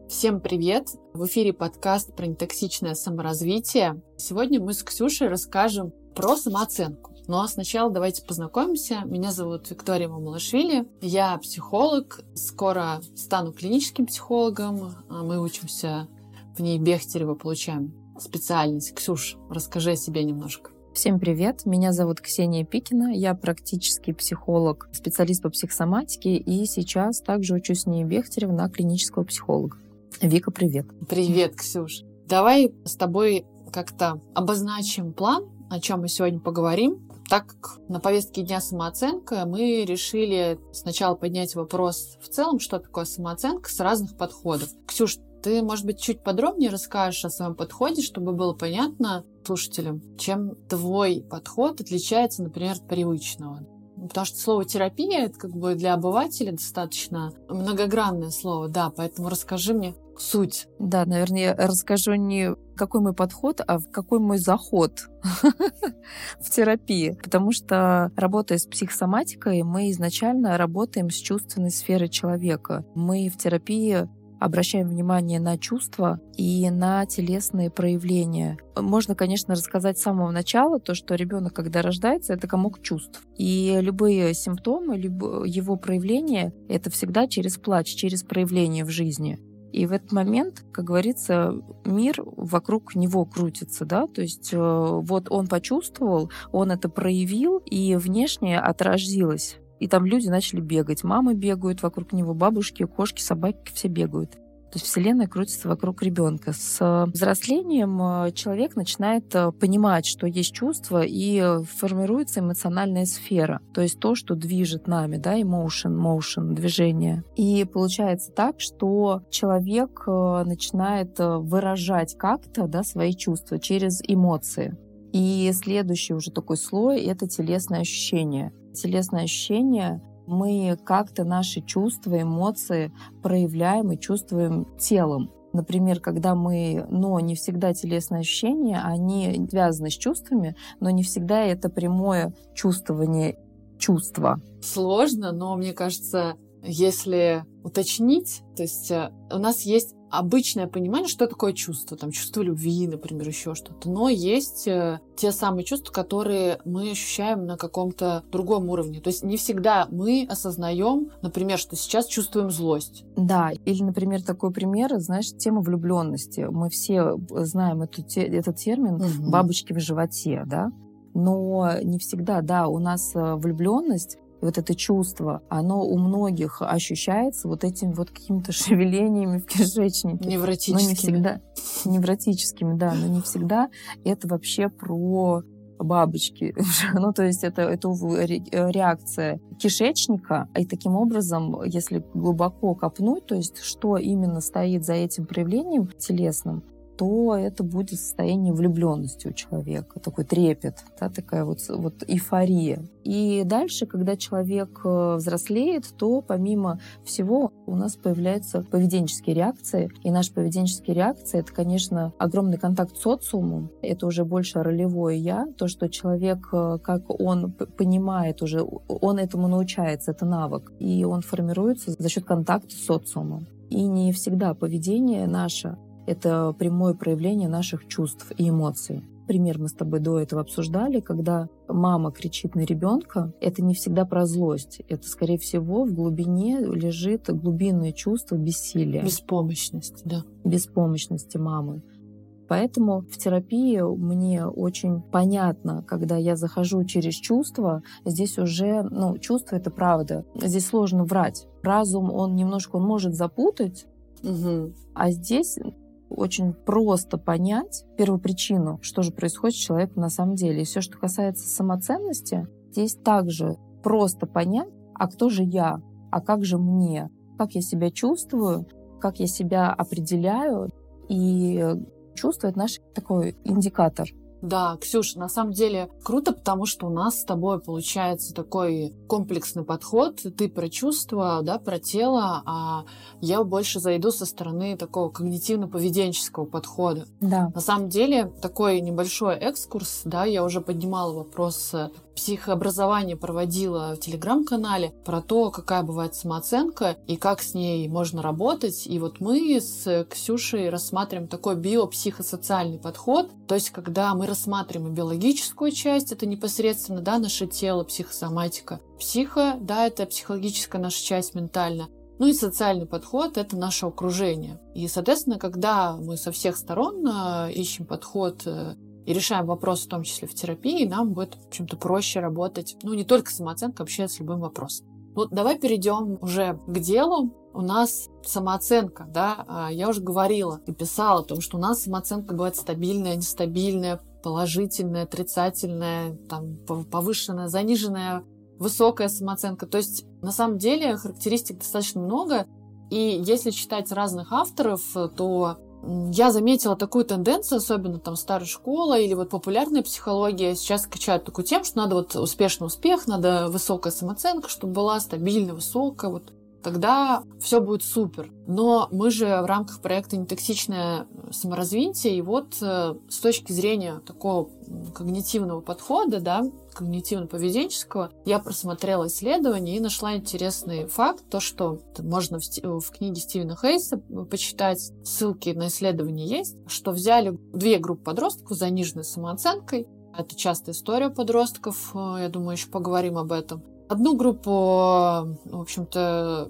Всем привет! В эфире подкаст про нетоксичное саморазвитие. Сегодня мы с Ксюшей расскажем про самооценку. Но сначала давайте познакомимся. Меня зовут Виктория Мамалашвили. Я психолог. Скоро стану клиническим психологом. Мы учимся в НИИ Бехтерева, получаем специальность. Ксюш, расскажи о себе немножко. Всем привет, меня зовут Ксения Пикина, я практический психолог, специалист по психосоматике и сейчас также учусь в НИИ Бехтерева на клинического психолога. Вика, привет. Привет, Ксюш. Давай с тобой как-то обозначим план, о чем мы сегодня поговорим. Так как на повестке дня самооценка, мы решили сначала поднять вопрос в целом, что такое самооценка, с разных подходов. Ксюш, ты, может быть, чуть подробнее расскажешь о своем подходе, чтобы было понятно слушателям, чем твой подход отличается, например, от привычного. Потому что слово терапия, это как бы для обывателя достаточно многогранное слово, да, поэтому расскажи мне суть. Да, наверное, я расскажу не какой мой подход, а какой мой заход в терапии. Потому что, работая с психосоматикой, мы изначально работаем с чувственной сферой человека. Мы в терапии обращаем внимание на чувства и на телесные проявления. Можно, конечно, рассказать с самого начала то, что ребенок, когда рождается, это комок чувств. И любые симптомы, его проявления, это всегда через плач, через проявление в жизни. И в этот момент, как говорится, мир вокруг него крутится, да, то есть вот он почувствовал, он это проявил, и внешне отразилось. И там люди начали бегать. Мамы бегают вокруг него, бабушки, кошки, собаки, все бегают. То есть вселенная крутится вокруг ребенка. С взрослением человек начинает понимать, что есть чувства, и формируется эмоциональная сфера. То есть то, что движет нами, да, motion, движение. И получается так, что человек начинает выражать как-то, да, свои чувства через эмоции. И следующий уже такой слой — это телесные ощущения. Телесные ощущения, мы как-то наши чувства, эмоции проявляем и чувствуем телом. Например, когда но не всегда телесные ощущения, они связаны с чувствами, но не всегда это прямое чувствование чувства. Сложно, но мне кажется, если уточнить, то есть у нас есть обычное понимание, что такое чувство, там чувство любви, например, еще что-то, но есть те самые чувства, которые мы ощущаем на каком-то другом уровне. То есть не всегда мы осознаем, например, что сейчас чувствуем злость. Да, или, например, такой пример, знаешь, тема влюбленности. Мы все знаем этот термин «бабочки в животе», да, но не всегда, да, у нас влюбленность. И вот это чувство, оно у многих ощущается вот этими вот какими-то шевелениями в кишечнике. Невротическими. Но не всегда. Невротическими, да, но не всегда это вообще про бабочки. Ну, то есть это реакция кишечника. И таким образом, если глубоко копнуть, то есть что именно стоит за этим проявлением телесным, то это будет состояние влюбленности у человека, такой трепет, да, такая вот эйфория. И дальше, когда человек взрослеет, то помимо всего у нас появляются поведенческие реакции. И наши поведенческие реакции — это, конечно, огромный контакт с социумом. Это уже больше ролевое «я», то, что человек, как он понимает уже, он этому научается, это навык. И он формируется за счет контакта с социумом. И не всегда поведение наше — это прямое проявление наших чувств и эмоций. Пример мы с тобой до этого обсуждали, когда мама кричит на ребенка, это не всегда про злость. Это, скорее всего, в глубине лежит глубинное чувство бессилия. Беспомощность, да. Беспомощности мамы. Поэтому в терапии мне очень понятно, когда я захожу через чувства, здесь уже, чувство — это правда. Здесь сложно врать. Разум, он может запутать, а здесь очень просто понять первопричину, что же происходит с человеком на самом деле. И все, что касается самоценности, здесь также просто понять, а кто же я, а как же мне, как я себя чувствую, как я себя определяю. И чувство — это наш такой индикатор. Да, Ксюша, на самом деле круто, потому что у нас с тобой получается такой комплексный подход. Ты про чувства, да, про тело, а я больше зайду со стороны такого когнитивно-поведенческого подхода. Да. На самом деле такой небольшой экскурс, да, я уже поднимала вопрос психообразование проводила в Телеграм-канале про то, какая бывает самооценка и как с ней можно работать. И вот мы с Ксюшей рассматриваем такой биопсихосоциальный подход. То есть, когда мы рассматриваем биологическую часть, это непосредственно, да, наше тело, психосоматика. Психо, да, это психологическая наша часть ментальная. Ну и социальный подход – это наше окружение. И, соответственно, когда мы со всех сторон ищем подход и решаем вопрос, в том числе в терапии, нам будет, в общем-то, проще работать, ну, не только с самооценкой, вообще с любым вопросом. Вот давай перейдем уже к делу. У нас самооценка, да, я уже говорила и писала о том, что у нас самооценка бывает стабильная, нестабильная, положительная, отрицательная, там, повышенная, заниженная, высокая самооценка. То есть, на самом деле, характеристик достаточно много. И если читать разных авторов, то я заметила такую тенденцию, особенно там старая школа или вот популярная психология сейчас качают такую тему, что надо вот успешный успех, надо высокая самооценка, чтобы была стабильно высокая, вот тогда все будет супер. Но мы же в рамках проекта «Нетоксичное саморазвитие», и вот с точки зрения такого когнитивного подхода, да, когнитивно-поведенческого, я просмотрела исследования и нашла интересный факт, то, что можно в книге Стивена Хейса почитать, ссылки на исследования есть, что взяли 2 группы подростков с заниженной самооценкой. Это частая история подростков, я думаю, еще поговорим об этом. Одну группу, в общем-то,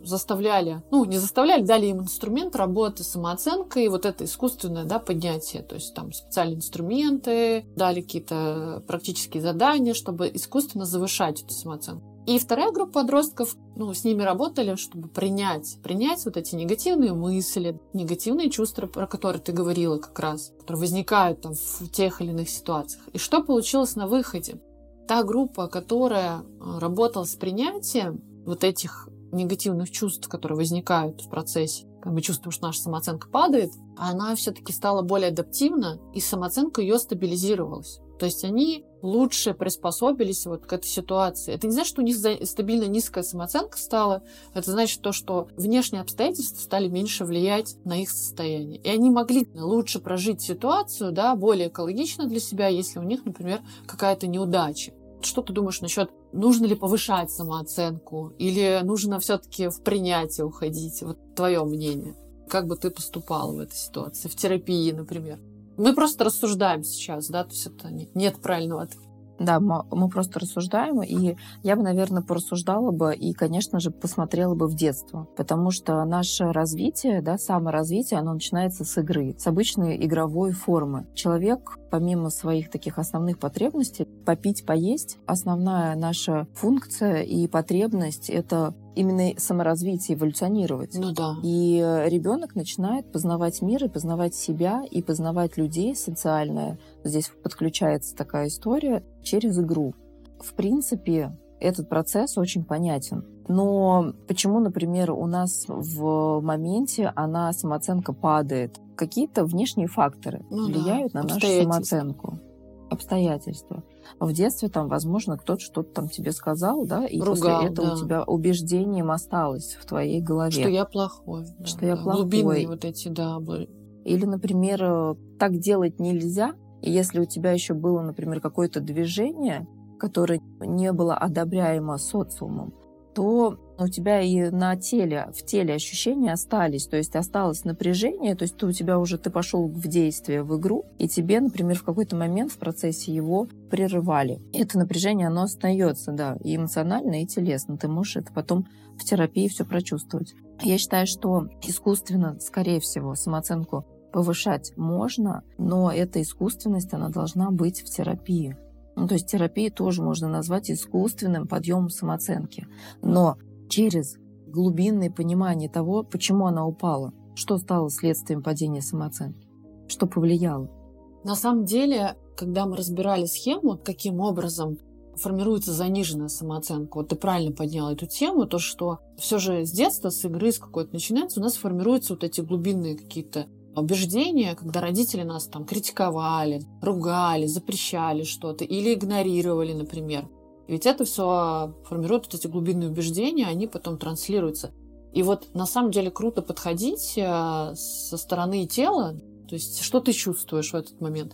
не заставляли, дали им инструмент работы с самооценкой, и вот это искусственное, да, поднятие, то есть там специальные инструменты, дали какие-то практические задания, чтобы искусственно завышать эту самооценку. И вторая группа подростков, с ними работали, чтобы принять вот эти негативные мысли, негативные чувства, про которые ты говорила как раз, которые возникают там в тех или иных ситуациях. И что получилось на выходе? Та группа, которая работала с принятием вот этих негативных чувств, которые возникают в процессе, когда мы чувствуем, что наша самооценка падает, она все-таки стала более адаптивна, и самооценка ее стабилизировалась. То есть они лучше приспособились вот к этой ситуации. Это не значит, что у них стабильно низкая самооценка стала. Это значит то, что внешние обстоятельства стали меньше влиять на их состояние. И они могли лучше прожить ситуацию, да, более экологично для себя, если у них, например, какая-то неудача. Что ты думаешь насчет, нужно ли повышать самооценку или нужно все-таки в принятие уходить? Вот твое мнение. Как бы ты поступала в этой ситуации, в терапии, например? Мы просто рассуждаем сейчас, да, то есть это нет правильного ответа. Да, мы просто рассуждаем, и я бы, наверное, порассуждала бы и, конечно же, посмотрела бы в детство, потому что наше развитие, да, саморазвитие, оно начинается с игры, с обычной игровой формы. Человек, помимо своих таких основных потребностей, попить, поесть, основная наша функция и потребность — это именно саморазвитие, эволюционировать. Ну да. И ребенок начинает познавать мир и познавать себя, и познавать людей социальное. Здесь подключается такая история через игру. В принципе, этот процесс очень понятен. Но почему, например, у нас в моменте самооценка падает? Какие-то внешние факторы влияют на нашу самооценку. Обстоятельства. В детстве там, возможно, кто-то что-то там тебе сказал, да, и ругал, после этого у тебя убеждением осталось в твоей голове. Что я плохой. Да, что я плохой. Глубинные вот эти, да, были. Или, например, так делать нельзя, и если у тебя еще было, например, какое-то движение, которое не было одобряемо социумом, то у тебя и в теле ощущения остались, то есть осталось напряжение, то есть ты пошел в действие, в игру, и тебе, например, в какой-то момент в процессе его прерывали. И это напряжение, оно остается, да, и эмоционально, и телесно. Ты можешь это потом в терапии все прочувствовать. Я считаю, что искусственно, скорее всего, самооценку повышать можно, но эта искусственность, она должна быть в терапии. То есть терапию тоже можно назвать искусственным подъемом самооценки. Но через глубинное понимание того, почему она упала, что стало следствием падения самооценки, что повлияло. На самом деле, когда мы разбирали схему, каким образом формируется заниженная самооценка, вот ты правильно подняла эту тему, то, что все же с детства, с игры с какой-то начинается, у нас формируются вот эти глубинные какие-то убеждения, когда родители нас там критиковали, ругали, запрещали что-то или игнорировали, например. Ведь это все формирует вот эти глубинные убеждения, они потом транслируются. И вот на самом деле круто подходить со стороны тела, то есть что ты чувствуешь в этот момент.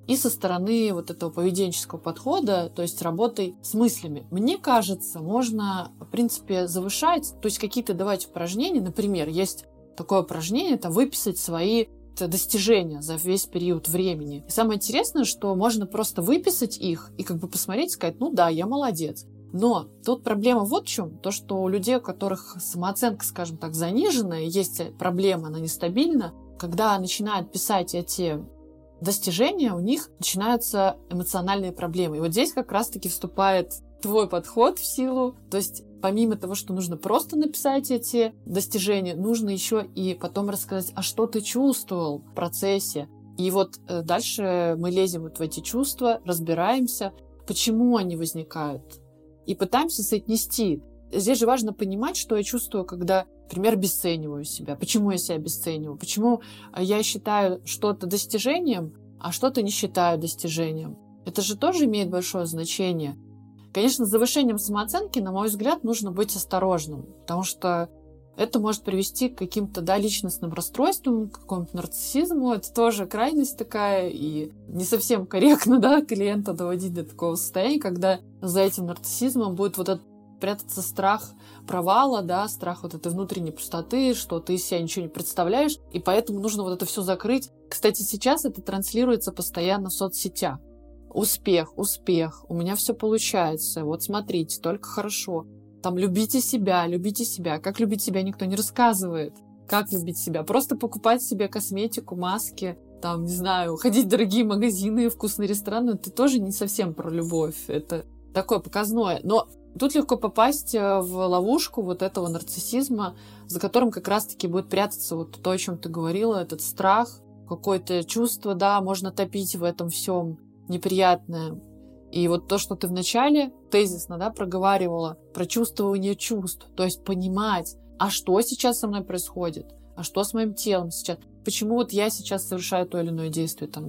и со стороны вот этого поведенческого подхода, то есть работой с мыслями. Мне кажется, можно, в принципе, завышать, то есть какие-то давать упражнения, например, есть такое упражнение, это выписать свои достижения за весь период времени. И самое интересное, что можно просто выписать их и как бы посмотреть, сказать, ну да, я молодец. Но тут проблема вот в чем, то, что у людей, у которых самооценка, скажем так, заниженная, есть проблема, она нестабильна, когда начинают писать эти достижения, у них начинаются эмоциональные проблемы. И вот здесь как раз-таки вступает твой подход в силу. То есть помимо того, что нужно просто написать эти достижения, нужно еще и потом рассказать, а что ты чувствовал в процессе. И вот дальше мы лезем вот в эти чувства, разбираемся, почему они возникают, и пытаемся соотнести. Здесь же важно понимать, что я чувствую, когда, например, обесцениваю себя. Почему я себя обесцениваю? Почему я считаю что-то достижением, а что-то не считаю достижением? Это же тоже имеет большое значение. Конечно, с завышением самооценки, на мой взгляд, нужно быть осторожным, потому что это может привести к каким-то, личностным расстройствам, к какому-то нарциссизму. Это тоже крайность такая, и не совсем корректно, клиента доводить до такого состояния, когда за этим нарциссизмом будет вот этот прятаться страх провала, страх вот этой внутренней пустоты, что ты из себя ничего не представляешь, и поэтому нужно вот это все закрыть. Кстати, сейчас это транслируется постоянно в соцсетях. Успех, успех, у меня все получается, вот смотрите, только хорошо. Там любите себя. Как любить себя никто не рассказывает. Как любить себя? Просто покупать себе косметику, маски, там, не знаю, ходить в дорогие магазины, вкусные рестораны. Это тоже не совсем про любовь. Это такое показное. Но тут легко попасть в ловушку вот этого нарциссизма, за которым как раз-таки будет прятаться вот то, о чем ты говорила, этот страх, какое-то чувство, можно топить в этом всем неприятное. И вот то, что ты вначале тезисно проговаривала, про чувствование чувств, то есть понимать, а что сейчас со мной происходит, а что с моим телом сейчас, почему вот я сейчас совершаю то или иное действие там,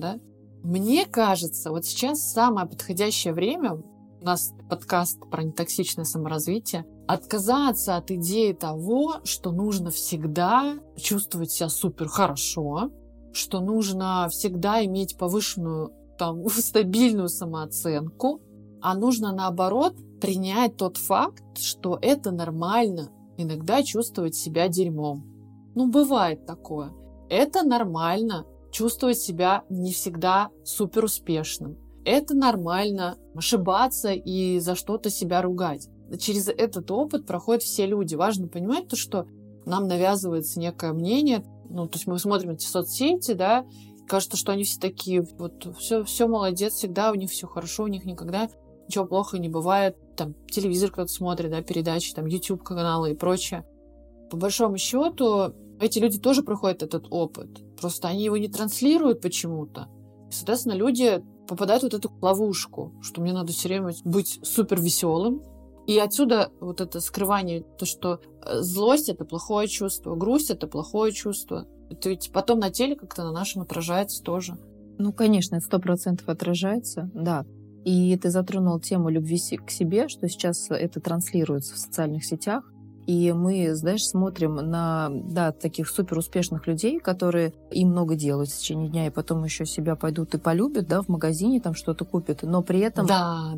Мне кажется, вот сейчас самое подходящее время, у нас подкаст про нетоксичное саморазвитие, отказаться от идеи того, что нужно всегда чувствовать себя супер хорошо, что нужно всегда иметь повышенную стабильную самооценку, а нужно, наоборот, принять тот факт, что это нормально иногда чувствовать себя дерьмом. Бывает такое. Это нормально чувствовать себя не всегда супер успешным. Это нормально ошибаться и за что-то себя ругать. Через этот опыт проходят все люди. Важно понимать то, что нам навязывается некое мнение. То есть мы смотрим эти соцсети, кажется, что они все такие, вот все молодец, всегда у них все хорошо, у них никогда ничего плохого не бывает. Там телевизор кто-то смотрит, передачи, YouTube-каналы и прочее. По большому счету, эти люди тоже проходят этот опыт. Просто они его не транслируют почему-то. И, соответственно, люди попадают в вот эту ловушку, что мне надо все время быть супер веселым. И отсюда вот это скрывание, то, что злость — это плохое чувство, грусть — это плохое чувство. Это ведь потом на теле как-то на нашем отражается тоже. Конечно, это 100% отражается, да. И ты затронул тему любви к себе, что сейчас это транслируется в социальных сетях. И мы, смотрим на, таких суперуспешных людей, которые им много делают в течение дня, и потом еще себя пойдут и полюбят, в магазине там что-то купят, но при этом...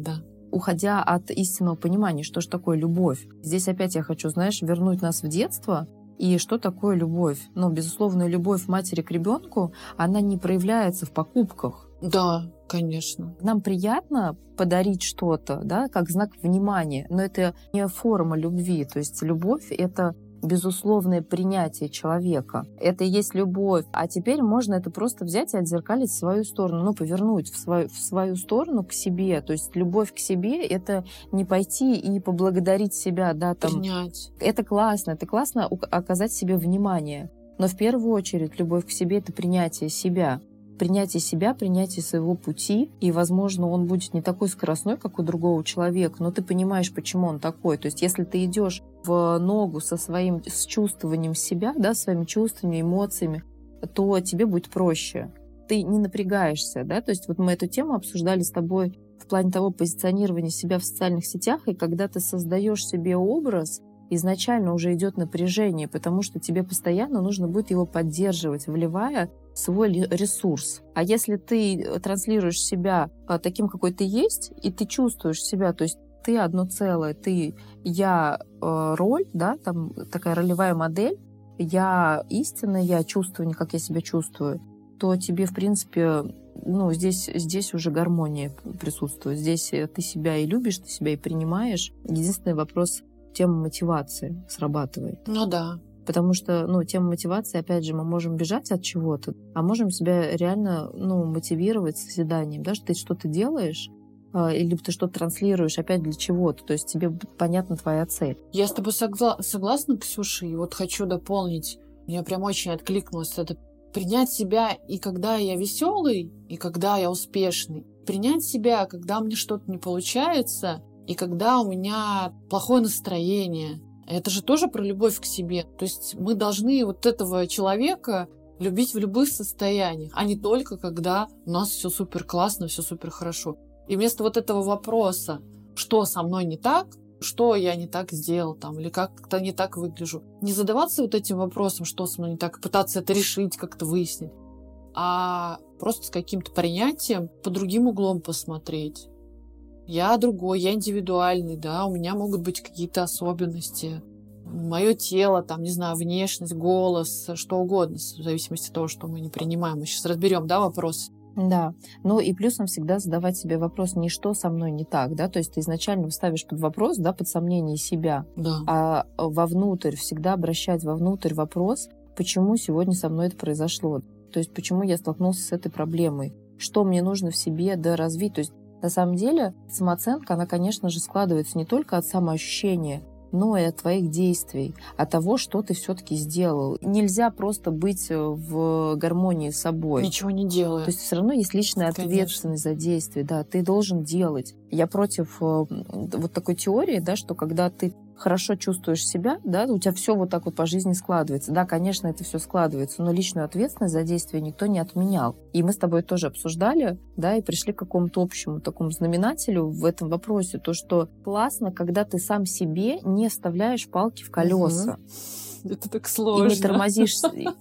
Уходя от истинного понимания, что же такое любовь. Здесь опять я хочу, вернуть нас в детство. И что такое любовь? Безусловно, любовь матери к ребенку, она не проявляется в покупках. Да, конечно. Нам приятно подарить что-то, как знак внимания, но это не форма любви. То есть любовь — это безусловное принятие человека. Это и есть любовь. А теперь можно это просто взять и отзеркалить в свою сторону, повернуть в свою сторону к себе. То есть любовь к себе — это не пойти и поблагодарить себя, принять. Это классно оказать себе внимание. Но в первую очередь любовь к себе — это принятие себя. Принятие себя, принятие своего пути, и, возможно, он будет не такой скоростной, как у другого человека, но ты понимаешь, почему он такой. То есть, если ты идешь в ногу с чувствованием себя, своими чувствами, эмоциями, то тебе будет проще. Ты не напрягаешься, То есть, вот мы эту тему обсуждали с тобой в плане того позиционирования себя в социальных сетях, и когда ты создаешь себе образ, изначально уже идет напряжение, потому что тебе постоянно нужно будет его поддерживать, вливая свой ресурс. А если ты транслируешь себя таким, какой ты есть, и ты чувствуешь себя, то есть ты одно целое, ты, я, роль, да, там такая ролевая модель, я истина, я чувствую, как я себя чувствую, то тебе, в принципе, здесь уже гармония присутствует. Здесь ты себя и любишь, ты себя и принимаешь. Единственный вопрос, тема мотивации срабатывает. Ну да. Потому что, тема мотивации, опять же, мы можем бежать от чего-то, а можем себя реально, мотивировать созиданием, да, что ты что-то делаешь, или ты что-то транслируешь опять для чего-то, то есть тебе понятна твоя цель. Я с тобой согласна, Ксюша, и вот хочу дополнить. Мне прям очень откликнулось это. Принять себя и когда я веселый, и когда я успешный. Принять себя, когда мне что-то не получается, и когда у меня плохое настроение. Это же тоже про любовь к себе. То есть мы должны вот этого человека любить в любых состояниях, а не только когда у нас все супер классно, все супер хорошо. И вместо вот этого вопроса, что со мной не так, что я не так сделал там, или как-то не так выгляжу, не задаваться вот этим вопросом, что со мной не так, пытаться это решить, как-то выяснить, а просто с каким-то принятием под другим углом посмотреть. Я другой, я индивидуальный, да, у меня могут быть какие-то особенности. Мое тело, там, не знаю, внешность, голос, что угодно, в зависимости от того, что мы не принимаем. Мы сейчас разберем, да, вопрос. Да, и плюсом всегда задавать себе вопрос, не что со мной не так, да, то есть ты изначально ставишь под вопрос, да, под сомнение себя, да. А вовнутрь, всегда обращать вовнутрь вопрос, почему сегодня со мной это произошло, то есть почему я столкнулся с этой проблемой, что мне нужно в себе доразвить, то есть на самом деле самооценка, она, конечно же, складывается не только от самоощущения, но и от твоих действий, от того, что ты все-таки сделал. Нельзя просто быть в гармонии с собой. Ничего не делая. То есть все равно есть личная ответственность за действие. Да, ты должен делать. Я против вот такой теории, да, что когда ты хорошо чувствуешь себя, да, у тебя все вот так вот по жизни складывается. Да, конечно, это все складывается, но личную ответственность за действие никто не отменял. И мы с тобой тоже обсуждали, да, и пришли к какому-то общему такому знаменателю в этом вопросе, то, что классно, когда ты сам себе не вставляешь палки в колеса. Это так сложно. И не тормозишь.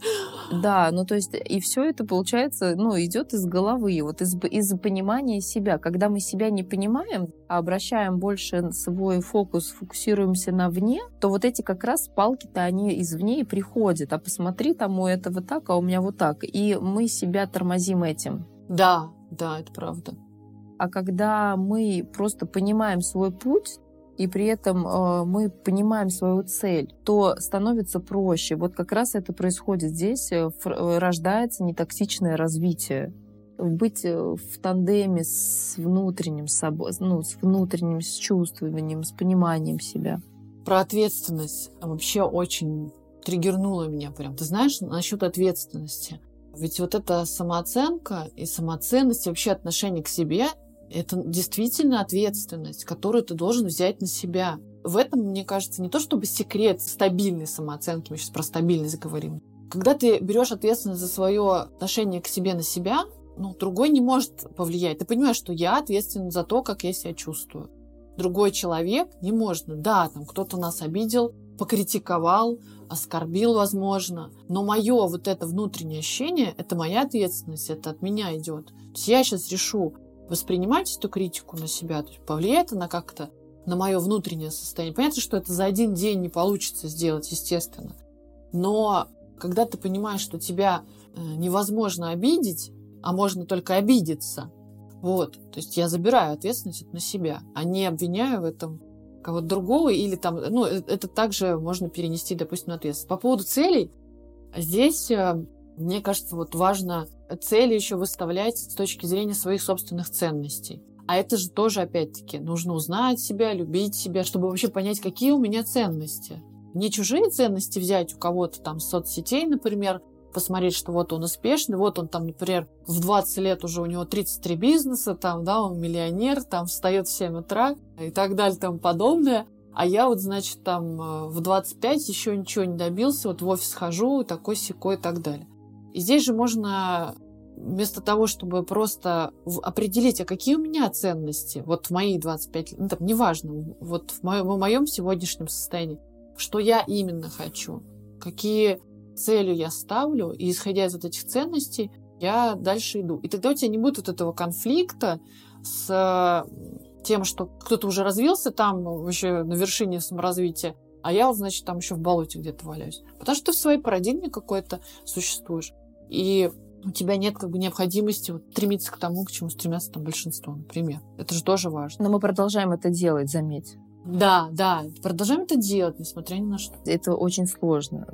Да, то есть и все это, получается, идет из головы, вот из понимания себя. Когда мы себя не понимаем, а обращаем больше свой фокус, фокусируемся на вне, то вот эти как раз палки-то, они извне и приходят. А посмотри, там у этого так, а у меня вот так. И мы себя тормозим этим. Да, это правда. А когда мы просто понимаем свой путь, и при этом мы понимаем свою цель, то становится проще. Вот как раз это происходит здесь, рождается нетоксичное развитие. Быть в тандеме с внутренним собой, с внутренним с чувствованием, с пониманием себя. Про ответственность вообще очень триггернуло меня прям. Ты знаешь, насчет ответственности. Ведь вот эта самооценка и самоценность, и вообще отношение к себе — это действительно ответственность, которую ты должен взять на себя. В этом, мне кажется, не то чтобы секрет стабильной самооценки, мы сейчас про стабильность говорим. Когда ты берешь ответственность за свое отношение к себе на себя, другой не может повлиять. Ты понимаешь, что я ответственен за то, как я себя чувствую. Другой человек не может. Да, там кто-то нас обидел, покритиковал, оскорбил, возможно. Но мое вот это внутреннее ощущение, это моя ответственность, это от меня идет. То есть я сейчас решу воспринимать эту критику на себя, то есть повлияет она как-то на мое внутреннее состояние. Понятно, что это за один день не получится сделать, естественно. Но когда ты понимаешь, что тебя невозможно обидеть, а можно только обидеться, то есть я забираю ответственность на себя, а не обвиняю в этом кого-то другого, или там, это также можно перенести, допустим, на ответственность. По поводу целей, здесь, мне кажется, важно цели еще выставлять с точки зрения своих собственных ценностей. А это же тоже, опять-таки, нужно узнать себя, любить себя, чтобы вообще понять, какие у меня ценности. Не чужие ценности взять у кого-то там с соцсетей, например, посмотреть, что вот он успешный, вот он там, например, в 20 лет уже у него 33 бизнеса, там, да, он миллионер, там, встает в 7 утра и так далее, тому подобное. А я значит, там в 25 еще ничего не добился, в офис хожу, такой-сякой и так далее. И здесь же можно вместо того, чтобы просто определить, а какие у меня ценности, в мои 25 лет, неважно, в моем сегодняшнем состоянии, что я именно хочу, какие целью я ставлю, и исходя из вот этих ценностей, я дальше иду. И тогда у тебя не будет вот этого конфликта с тем, что кто-то уже развился там, вообще на вершине саморазвития, а я вот, значит, там еще в болоте где-то валяюсь. Потому что ты в своей парадигме какой-то существуешь. И у тебя нет как бы необходимости вот стремиться к тому, к чему стремятся там большинство, например. Это же тоже важно. Но мы продолжаем это делать, заметь. Да, продолжаем это делать, несмотря ни на что. Это очень сложно.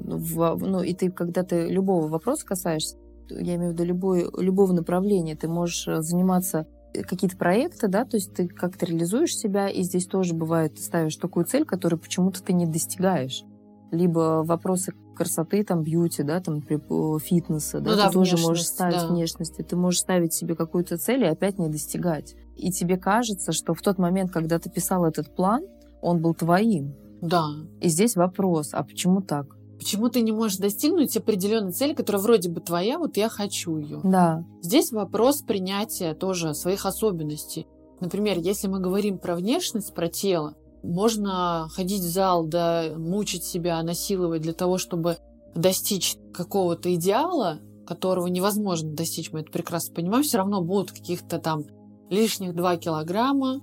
И ты, когда ты любого вопроса касаешься, я имею в виду любого направления, ты можешь заниматься какие-то проекты, да, то есть ты как-то реализуешь себя, и здесь тоже бывает, ты ставишь такую цель, которую почему-то ты не достигаешь. Либо вопросы красоты, там, бьюти, да, там, фитнеса, да, ты тоже можешь ставить внешности, ты можешь ставить себе какую-то цель и опять не достигать. И тебе кажется, что в тот момент, когда ты писал этот план, он был твоим. Да. И здесь вопрос, а почему так? Почему ты не можешь достигнуть определенной цели, которая вроде бы твоя, вот я хочу ее. Да. Здесь вопрос принятия тоже своих особенностей. Например, если мы говорим про внешность, про тело, можно ходить в зал, да, мучить себя, насиловать для того, чтобы достичь какого-то идеала, которого невозможно достичь, мы это прекрасно понимаем, все равно будут каких-то там лишних 2 килограмма,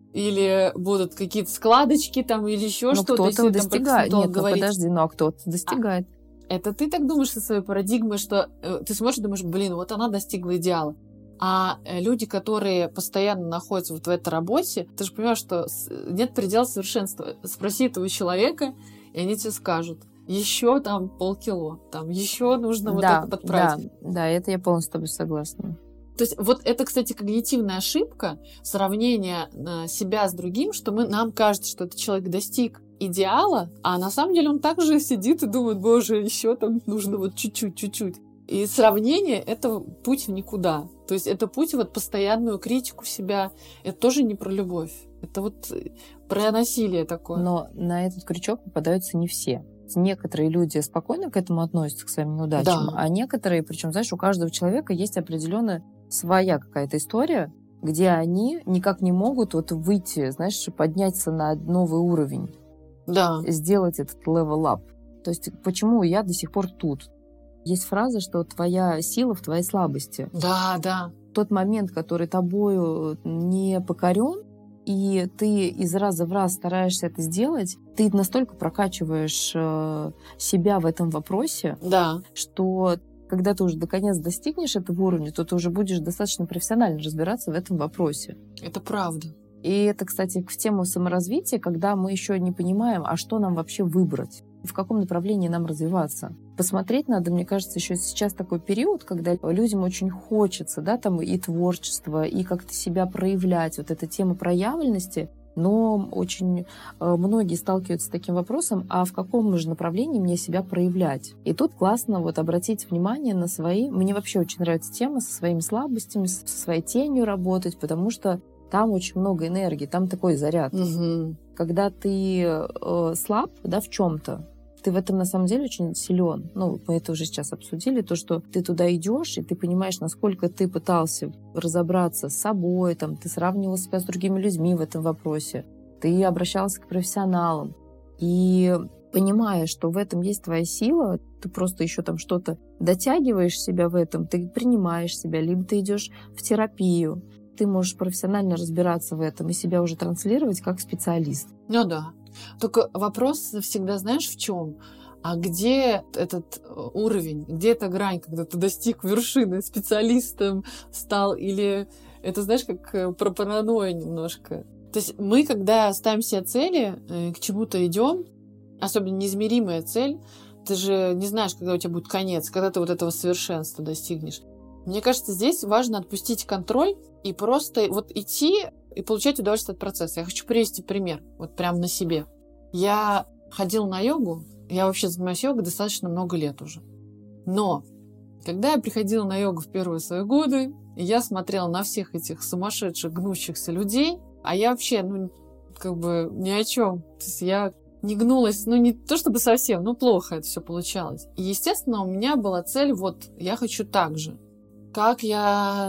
или будут какие-то складочки там, или еще что-то. Кто-то достигает. Нет, подожди, а кто-то достигает. Это ты так думаешь со своей парадигмой, что ты смотришь и думаешь, блин, вот она достигла идеала. А люди, которые постоянно находятся вот в этой работе, ты же понимаешь, что нет предела совершенства. Спроси этого человека, и они тебе скажут, еще там полкило, там еще нужно вот это подправить. Да, это я полностью с тобой согласна. То есть вот это, кстати, когнитивная ошибка, сравнение себя с другим, что нам кажется, что этот человек достиг идеала, а на самом деле он также сидит и думает, боже, еще там нужно вот чуть-чуть. И сравнение — это путь в никуда. То есть это путь вот постоянную критику себя. Это тоже не про любовь. Это вот про насилие такое. Но на этот крючок попадаются не все. Некоторые люди спокойно к этому относятся, к своим неудачам, да. А некоторые, причем, знаешь, у каждого человека есть определенная своя какая-то история, где они никак не могут вот выйти, знаешь, подняться на новый уровень. Да. Сделать этот level up. То есть почему я до сих пор тут? Есть фраза, что твоя сила в твоей слабости. Да. Тот момент, который тобою не покорен, и ты из раза в раз стараешься это сделать, ты настолько прокачиваешь себя в этом вопросе, что когда ты уже наконец достигнешь этого уровня, то ты уже будешь достаточно профессионально разбираться в этом вопросе. Это правда. И это, кстати, в тему саморазвития, когда мы еще не понимаем, а что нам вообще выбрать, в каком направлении нам развиваться. Посмотреть надо, мне кажется, еще сейчас такой период, когда людям очень хочется, да, там и творчество, и как-то себя проявлять, вот эта тема проявленности, но очень многие сталкиваются с таким вопросом, а в каком же направлении мне себя проявлять? И тут классно вот обратить внимание на свои... Мне вообще очень нравится тема со своими слабостями, со своей тенью работать, потому что там очень много энергии, там такой заряд. Угу. Когда ты слаб, да, в чем-то, ты в этом на самом деле очень силен. Ну, мы это уже сейчас обсудили, то, что ты туда идешь, и ты понимаешь, насколько ты пытался разобраться с собой, там, ты сравнивал себя с другими людьми в этом вопросе, ты обращался к профессионалам. И понимая, что в этом есть твоя сила, ты просто еще там что-то дотягиваешь себя в этом, ты принимаешь себя, либо ты идешь в терапию, ты можешь профессионально разбираться в этом и себя уже транслировать как специалист. Ну да. Только вопрос всегда, знаешь, в чем? А где этот уровень, где эта грань, когда ты достиг вершины, специалистом стал? Или это, знаешь, как про паранойю немножко? То есть мы, когда ставим себе цели, к чему-то идем, особенно неизмеримая цель, ты же не знаешь, когда у тебя будет конец, когда ты вот этого совершенства достигнешь. Мне кажется, здесь важно отпустить контроль и просто вот идти и получать удовольствие от процесса. Я хочу привести пример, вот прямо на себе. Я ходила на йогу, я вообще занимаюсь йогой достаточно много лет уже. Но когда я приходила на йогу в первые свои годы, я смотрела на всех этих сумасшедших, гнущихся людей, а я вообще, как бы ни о чем. То есть я не гнулась, не то чтобы совсем, плохо это все получалось. И, естественно, у меня была цель, вот, я хочу так же. Как я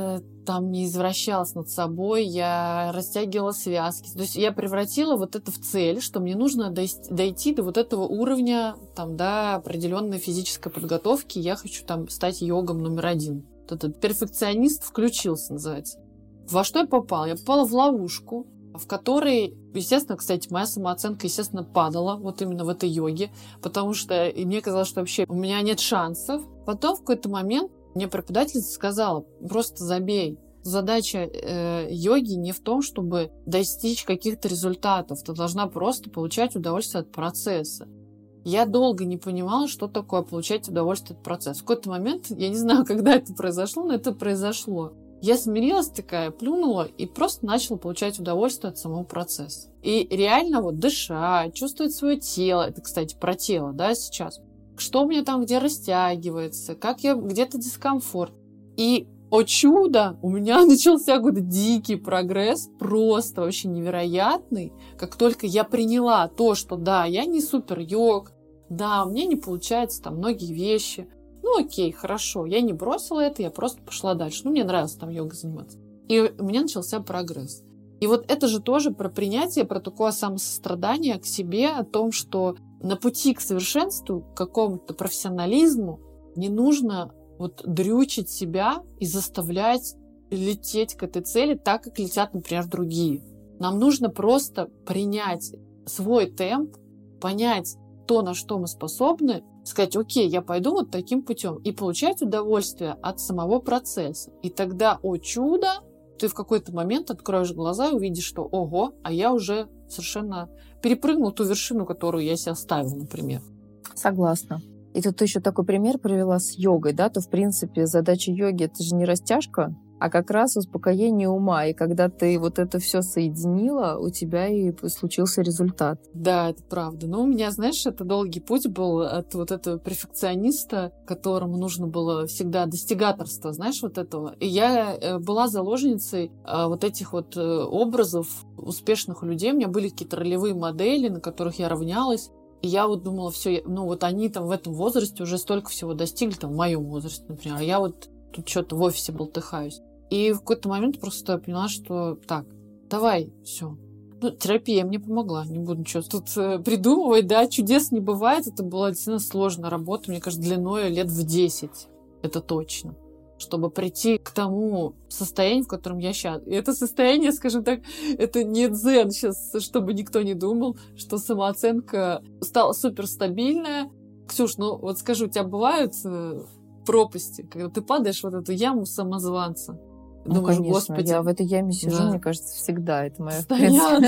там не извращалась над собой, я растягивала связки. То есть я превратила вот это в цель, что мне нужно дойти до вот этого уровня, там, до определенной физической подготовки. Я хочу там стать йогом номер 1. Вот этот перфекционист включился, называется. Во что я попала? Я попала в ловушку, в которой, естественно, кстати, моя самооценка, естественно, падала вот именно в этой йоге, потому что и мне казалось, что вообще у меня нет шансов. Потом в какой-то момент мне преподавательница сказала: просто забей. Задача йоги не в том, чтобы достичь каких-то результатов. Ты должна просто получать удовольствие от процесса. Я долго не понимала, что такое получать удовольствие от процесса. В какой-то момент, я не знаю, когда это произошло, но это произошло. Я смирилась такая, плюнула и просто начала получать удовольствие от самого процесса. И реально вот дышать, чувствовать свое тело. Это, кстати, про тело, да, сейчас. Что у меня там где растягивается, как я где-то дискомфорт. И, о чудо, у меня начался какой-то дикий прогресс, просто вообще невероятный. Как только я приняла то, что да, я не супер-йог, да, мне не получается там многие вещи. Ну окей, хорошо, я не бросила это, я просто пошла дальше. Ну, мне нравилось там йогой заниматься. И у меня начался прогресс. И вот это же тоже про принятие, про такое самосострадание к себе, о том, что на пути к совершенству, к какому-то профессионализму не нужно вот дрючить себя и заставлять лететь к этой цели так, как летят, например, другие. Нам нужно просто принять свой темп, понять то, на что мы способны, сказать: окей, я пойду вот таким путем, и получать удовольствие от самого процесса. И тогда, о чудо, ты в какой-то момент откроешь глаза и увидишь, что ого, а я уже совершенно перепрыгнул ту вершину, которую я себе ставил, например. Согласна. И тут ты еще такой пример привела с йогой, да, то, в принципе, задача йоги — это же не растяжка, а как раз успокоение ума. И когда ты вот это все соединила, у тебя и случился результат. Да, это правда. Но у меня, знаешь, это долгий путь был от вот этого перфекциониста, которому нужно было всегда достигаторство, знаешь, вот этого. И я была заложницей вот этих вот образов успешных людей. У меня были какие-то ролевые модели, на которых я равнялась. И я вот думала, все, ну вот они там в этом возрасте уже столько всего достигли, там в моем возрасте, например, а я вот тут что-то в офисе болтыхаюсь. И в какой-то момент просто поняла, что так, давай, все. Ну, терапия мне помогла, не буду ничего тут придумывать, да, чудес не бывает. Это была действительно сложная работа, мне кажется, длиной лет в 10, это точно, чтобы прийти к тому состоянию, в котором я сейчас. И это состояние, скажем так, это не дзен сейчас, чтобы никто не думал, что самооценка стала суперстабильная. Ксюш, ну вот скажи, у тебя бывают пропасти, когда ты падаешь в вот эту яму самозванца? Ну, думаешь, конечно, Господи, я в этой яме сижу, да. Мне кажется, всегда. Это мое, Постоянно.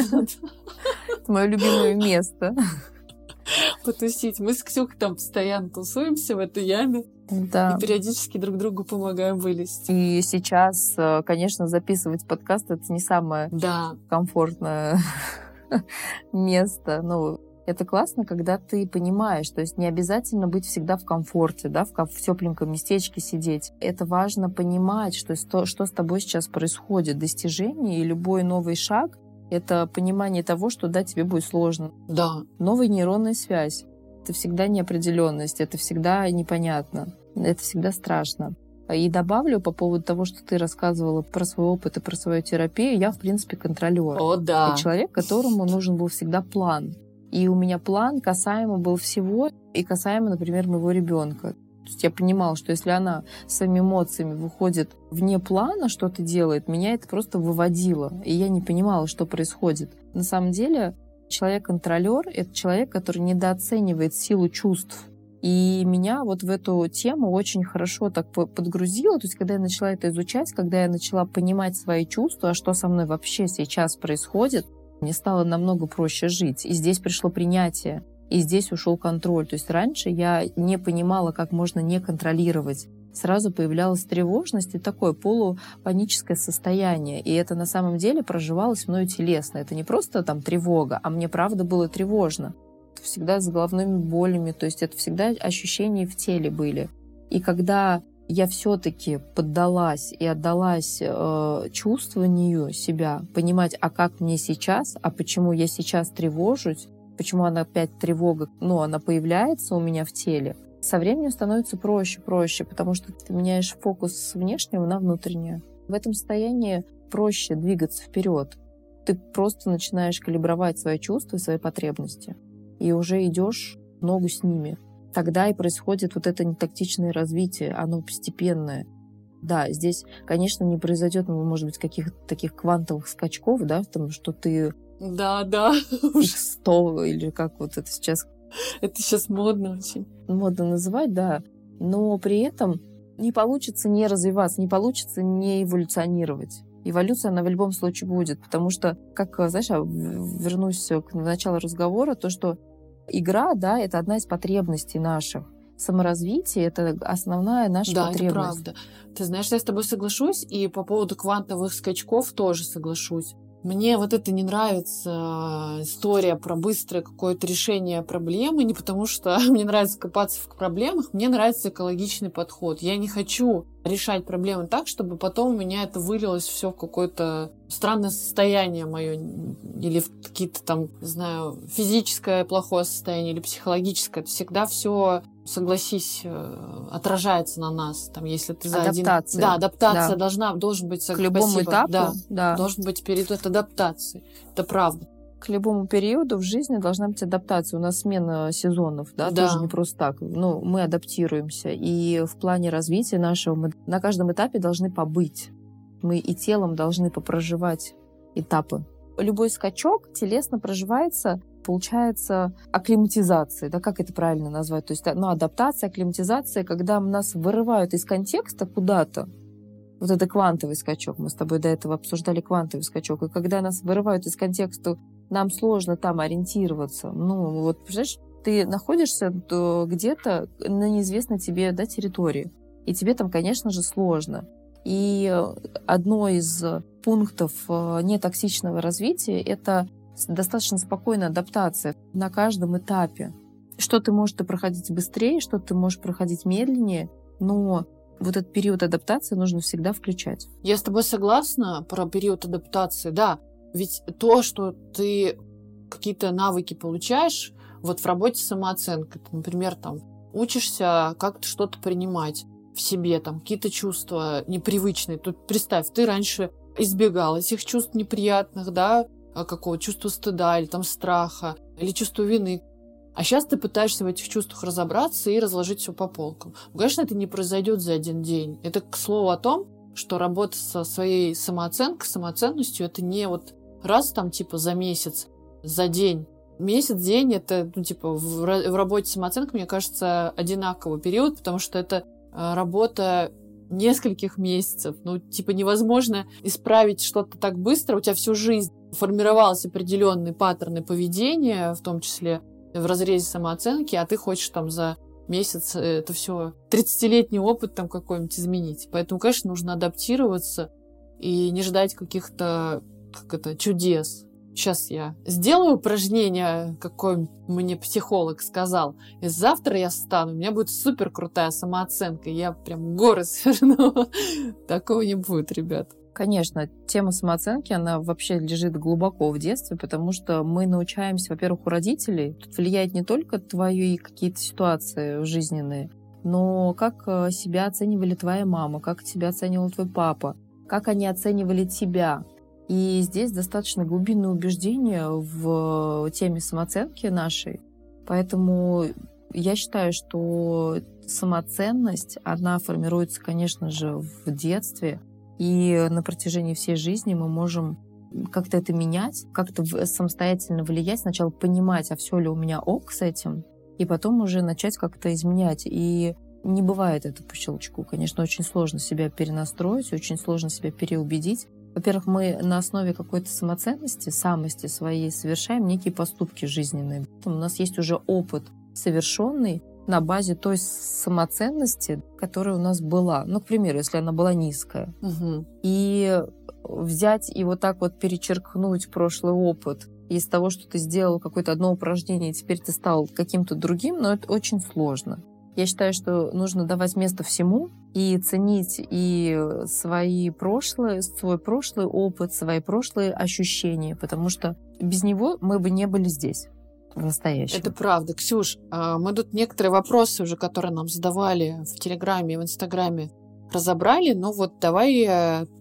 это мое любимое место. Потусить. Мы с Ксюхой там постоянно тусуемся в этой яме. Да. И периодически друг другу помогаем вылезти. И сейчас, конечно, записывать подкаст — это не самое комфортное место. Ну, это классно, когда ты понимаешь, то есть не обязательно быть всегда в комфорте, да, в тепленьком местечке сидеть. Это важно понимать, что с тобой сейчас происходит. Достижение и любой новый шаг — это понимание того, что да, тебе будет сложно. Да. Новая нейронная связь. Это всегда неопределенность, это всегда непонятно, это всегда страшно. И добавлю по поводу того, что ты рассказывала про свой опыт и про свою терапию, я, в принципе, контролер. О, да. Я человек, которому нужен был всегда план. И у меня план касаемо был всего, и касаемо, например, моего ребенка. То есть я понимала, что если она своими эмоциями выходит вне плана, что-то делает, меня это просто выводило. И я не понимала, что происходит. На самом деле, человек-контролер — это человек, который недооценивает силу чувств. И меня вот в эту тему очень хорошо так подгрузило. То есть когда я начала это изучать, когда я начала понимать свои чувства, а что со мной вообще сейчас происходит, мне стало намного проще жить. И здесь пришло принятие, и здесь ушел контроль. То есть раньше я не понимала, как можно не контролировать. Сразу появлялась тревожность и такое полупаническое состояние. И это на самом деле проживалось мною телесно. Это не просто там тревога, а мне правда было тревожно. Всегда с головными болями, то есть это всегда ощущения в теле были. И когда я все-таки поддалась и отдалась чувствованию себя, понимать, а как мне сейчас, а почему я сейчас тревожусь, почему она опять тревога, она появляется у меня в теле, со временем становится проще, потому что ты меняешь фокус с внешнего на внутреннее. В этом состоянии проще двигаться вперед. Ты просто начинаешь калибровать свои чувства и свои потребности. И уже идешь в ногу с ними. Тогда и происходит вот это нетактичное развитие, оно постепенное. Да, здесь, конечно, не произойдет, может быть, каких-то таких квантовых скачков, да, потому что ты... Да. 100 или как вот это сейчас... Это сейчас модно очень. Модно называть, да. Но при этом не получится не развиваться, не получится не эволюционировать. Эволюция, она в любом случае будет, потому что, как, знаешь, вернусь к началу разговора, то, что игра, да, это одна из потребностей наших. Саморазвитие — это основная наша потребность. Да, это правда. Ты знаешь, я с тобой соглашусь, и по поводу квантовых скачков тоже соглашусь. Мне вот это не нравится, история про быстрое какое-то решение проблемы, не потому что мне нравится копаться в проблемах, мне нравится экологичный подход. Я не хочу решать проблемы так, чтобы потом у меня это вылилось все в какое-то странное состояние мое, или в какие-то там, не знаю, физическое плохое состояние, или психологическое. Это всегда все, согласись, отражается на нас. Там, если ты за адаптация. Да, адаптация должен быть... К любому этапу. Да. Должен быть период адаптации. Это правда. К любому периоду в жизни должна быть адаптация. У нас смена сезонов, да, тоже не просто так. Ну, мы адаптируемся. И в плане развития нашего мы на каждом этапе должны побыть. Мы и телом должны попроживать этапы. Любой скачок телесно проживается, получается, акклиматизацией. Да, как это правильно назвать? То есть, адаптация, акклиматизация, когда нас вырывают из контекста куда-то. Вот это квантовый скачок. Мы с тобой до этого обсуждали квантовый скачок. И когда нас вырывают из контекста, нам сложно там ориентироваться. Ну, вот, представляешь, ты находишься где-то на неизвестной тебе, да, территории. И тебе там, конечно же, сложно. И одно из пунктов нетоксичного развития — это достаточно спокойная адаптация на каждом этапе. Что ты можешь проходить быстрее, что ты можешь проходить медленнее, но вот этот период адаптации нужно всегда включать. Я с тобой согласна про период адаптации, да. Ведь то, что ты какие-то навыки получаешь вот в работе с самооценкой, ты, например, там учишься как-то что-то принимать в себе, там какие-то чувства непривычные. Тут представь, ты раньше избегал этих чувств неприятных, да, какого чувства стыда или там страха, или чувства вины. А сейчас ты пытаешься в этих чувствах разобраться и разложить все по полкам. Ну, конечно, это не произойдет за один день. Это к слову о том, что работа со своей самооценкой, самоценностью, это не вот раз там типа за месяц, за день. Месяц, день — это, ну, типа в работе с самооценкой, мне кажется, одинаковый период, потому что это работа нескольких месяцев. Ну, типа невозможно исправить что-то так быстро. У тебя всю жизнь формировались определенные паттерны поведения, в том числе в разрезе самооценки, а ты хочешь там за месяц это все 30-летний опыт там какой-нибудь изменить. Поэтому, конечно, нужно адаптироваться и не ждать каких-то чудес. Сейчас я сделаю упражнение, какое мне психолог сказал, и завтра я встану, у меня будет супер крутая самооценка, и я прям горы сверну. Такого не будет, ребят. Конечно, тема самооценки, она вообще лежит глубоко в детстве, потому что мы научаемся, во-первых, у родителей. Тут влияет не только твои какие-то ситуации жизненные, но как себя оценивали твоя мама, как тебя оценивал твой папа, как они оценивали тебя. И здесь достаточно глубинное убеждение в теме самооценки нашей. Поэтому я считаю, что самоценность, она формируется, конечно же, в детстве. И на протяжении всей жизни мы можем как-то это менять, как-то самостоятельно влиять, сначала понимать, а все ли у меня ок с этим, и потом уже начать как-то изменять. И не бывает это по щелчку. Конечно, очень сложно себя перенастроить, очень сложно себя переубедить. Во-первых, мы на основе какой-то самоценности, самости своей совершаем некие поступки жизненные. У нас есть уже опыт совершенный на базе той самоценности, которая у нас была. Ну, к примеру, если она была низкая. Угу. И взять и вот так вот перечеркнуть прошлый опыт из того, что ты сделал какое-то одно упражнение, и теперь ты стал каким-то другим, но это очень сложно. Я считаю, что нужно давать место всему и ценить и свой прошлый опыт, свои прошлые ощущения, потому что без него мы бы не были здесь в настоящем. Это правда. Ксюш, мы тут некоторые вопросы уже, которые нам задавали в Телеграме и в Инстаграме, разобрали. Но вот давай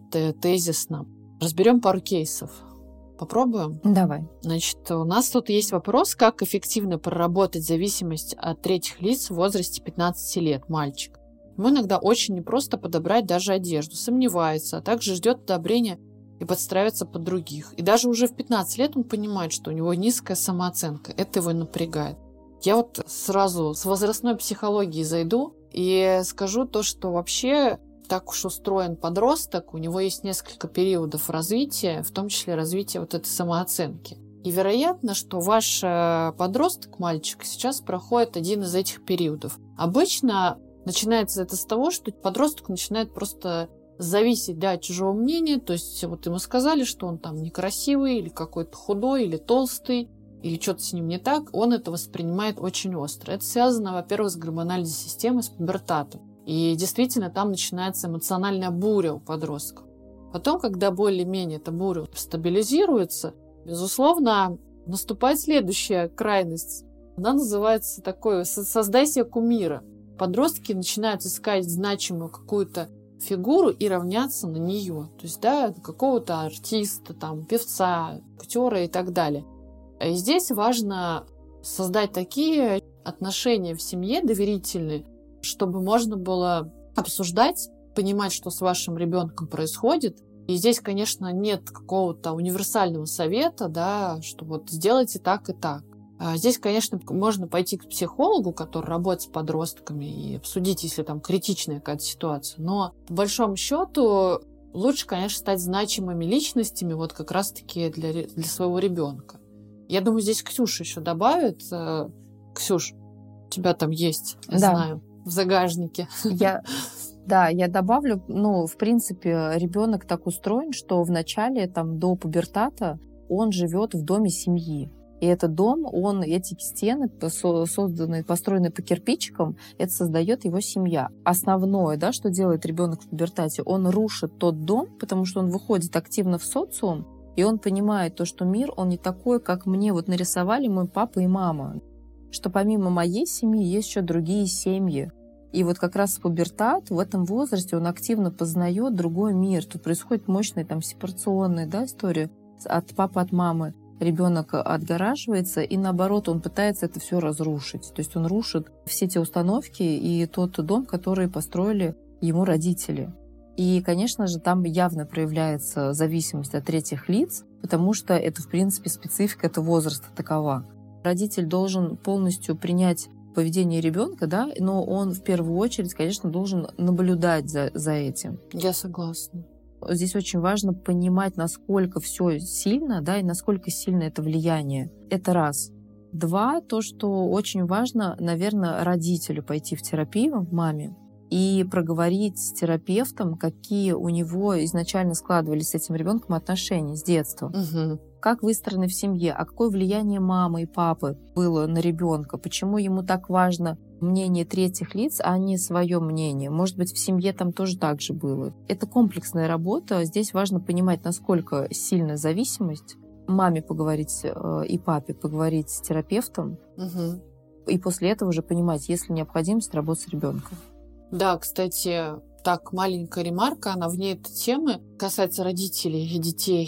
тезисно. Разберем пару кейсов. Попробуем? Давай. Значит, у нас тут есть вопрос, как эффективно проработать зависимость от третьих лиц в возрасте 15 лет, мальчик. Ему иногда очень непросто подобрать даже одежду, сомневается, а также ждет одобрения и подстраивается под других. И даже уже в 15 лет он понимает, что у него низкая самооценка. Это его напрягает. Я вот сразу с возрастной психологией зайду и скажу то, что вообще так уж устроен подросток, у него есть несколько периодов развития, в том числе развития вот этой самооценки. И вероятно, что ваш подросток, мальчик, сейчас проходит один из этих периодов. Обычно начинается это с того, что подросток начинает просто зависеть от чужого мнения, то есть вот ему сказали, что он там некрасивый, или какой-то худой, или толстый, или что-то с ним не так, он это воспринимает очень остро. Это связано, во-первых, с гормональной системой, с пубертатом. И действительно там начинается эмоциональная буря у подростков. Потом, когда более-менее эта буря стабилизируется, безусловно, наступает следующая крайность. Она называется такой «создай себе кумира». Подростки начинают искать значимую какую-то фигуру и равняться на нее. То есть, какого-то артиста, певца, актера и так далее. И здесь важно создать такие отношения в семье доверительные, чтобы можно было обсуждать, понимать, что с вашим ребенком происходит. И здесь, конечно, нет какого-то универсального совета, что вот сделайте так и так. Здесь, конечно, можно пойти к психологу, который работает с подростками, и обсудить, если там критичная какая-то ситуация. Но по большому счету лучше, конечно, стать значимыми личностями вот как раз-таки для своего ребенка. Я думаю, здесь Ксюша еще добавит. Ксюш, у тебя там есть, я знаю, в загашнике. Я добавлю, в принципе, ребенок так устроен, что в начале, до пубертата, он живет в доме семьи. И этот дом, эти стены, построенные по кирпичикам, это создает его семья. Основное, что делает ребенок в пубертате, он рушит тот дом, потому что он выходит активно в социум, и он понимает то, что мир, он не такой, как мне нарисовали мой папа и мама. Что помимо моей семьи есть еще другие семьи. И вот как раз пубертат в этом возрасте он активно познает другой мир. Тут происходит мощная сепарационная история от папы, от мамы. Ребенок отгораживается, и наоборот, он пытается это все разрушить. То есть он рушит все те установки и тот дом, который построили ему родители. И, конечно же, там явно проявляется зависимость от третьих лиц, потому что это, в принципе, специфика этого возраста такова. Родитель должен полностью принять поведение ребенка, но он в первую очередь, конечно, должен наблюдать за этим. Я согласна. Здесь очень важно понимать, насколько все сильно, и насколько сильно это влияние. Это раз. Два, то, что очень важно, наверное, родителю пойти в терапию, маме, и проговорить с терапевтом, какие у него изначально складывались с этим ребенком отношения с детства. Угу. Как выстроены в семье, а какое влияние мамы и папы было на ребенка, почему ему так важно мнение третьих лиц, а не свое мнение. Может быть, в семье там тоже так же было. Это комплексная работа. Здесь важно понимать, насколько сильна зависимость. Маме поговорить и папе поговорить с терапевтом. Угу. И после этого уже понимать, есть ли необходимость работать с ребенком. Да, кстати, маленькая ремарка, она вне этой темы, касается родителей и детей.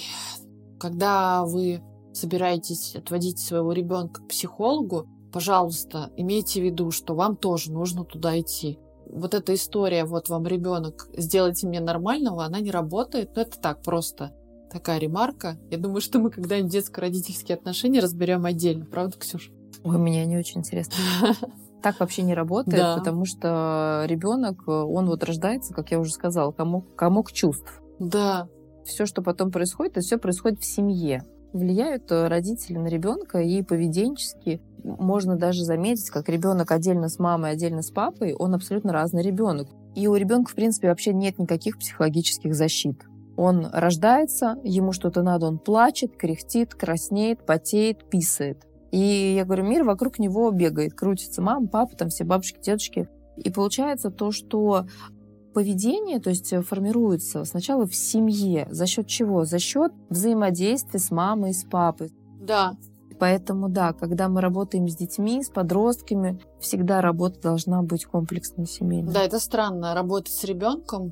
Когда вы собираетесь отводить своего ребенка к психологу, пожалуйста, имейте в виду, что вам тоже нужно туда идти. Вот эта история, вот вам ребенок, сделайте мне нормального, она не работает. Но это так, просто такая ремарка. Я думаю, что мы когда-нибудь детско-родительские отношения разберем отдельно. Правда, Ксюша? Ой, мне не очень интересно. Так вообще не работает, потому что ребенок, он рождается, как я уже сказала, комок чувств. Да. Все, что потом происходит, это все происходит в семье. Влияют родители на ребенка и поведенчески. Можно даже заметить, как ребенок отдельно с мамой, отдельно с папой, он абсолютно разный ребенок. И у ребенка, в принципе, вообще нет никаких психологических защит. Он рождается, ему что-то надо, он плачет, кряхтит, краснеет, потеет, писает. И я говорю, мир вокруг него бегает, крутится. Мама, папа, все бабушки, дедушки. И получается то, что поведение, то есть формируется сначала в семье. За счет чего? За счет взаимодействия с мамой и с папой. Да. Поэтому, когда мы работаем с детьми, с подростками, всегда работа должна быть комплексной, семейной. Да, это странно, работать с ребенком,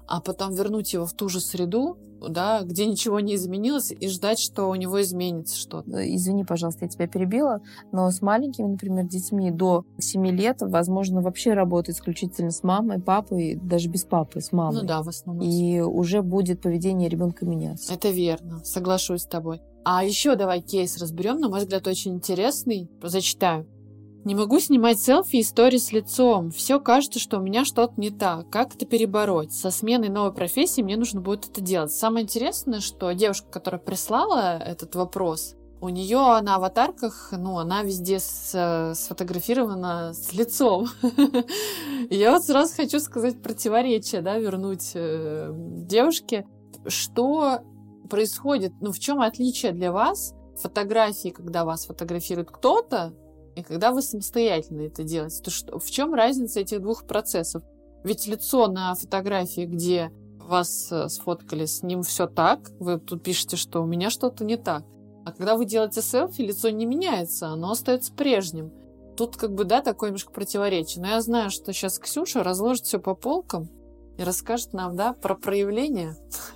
а потом вернуть его в ту же среду, да, где ничего не изменилось, и ждать, что у него изменится что-то. Извини, пожалуйста, я тебя перебила, но с маленькими, например, детьми до 7 лет возможно вообще работать исключительно с мамой, папой, даже без папы, с мамой. Ну да, в основном. И уже будет поведение ребенка меняться. Это верно, соглашусь с тобой. А еще давай кейс разберем, на мой взгляд, очень интересный. Зачитаю. Не могу снимать селфи и истории с лицом. Все кажется, что у меня что-то не так. Как это перебороть? Со сменой новой профессии мне нужно будет это делать. Самое интересное, что девушка, которая прислала этот вопрос, у нее на аватарках, она везде сфотографирована с лицом. Я вот сразу хочу сказать противоречие, вернуть девушке. Что происходит? В чем отличие для вас фотографии, когда вас фотографирует кто-то, и когда вы самостоятельно это делаете? В чем разница этих двух процессов? Ведь лицо на фотографии, где вас сфоткали, с ним все так, вы тут пишете, что у меня что-то не так. А когда вы делаете селфи, лицо не меняется, оно остается прежним. Тут такое немножко противоречие. Но я знаю, что сейчас Ксюша разложит все по полкам и расскажет нам, про проявление.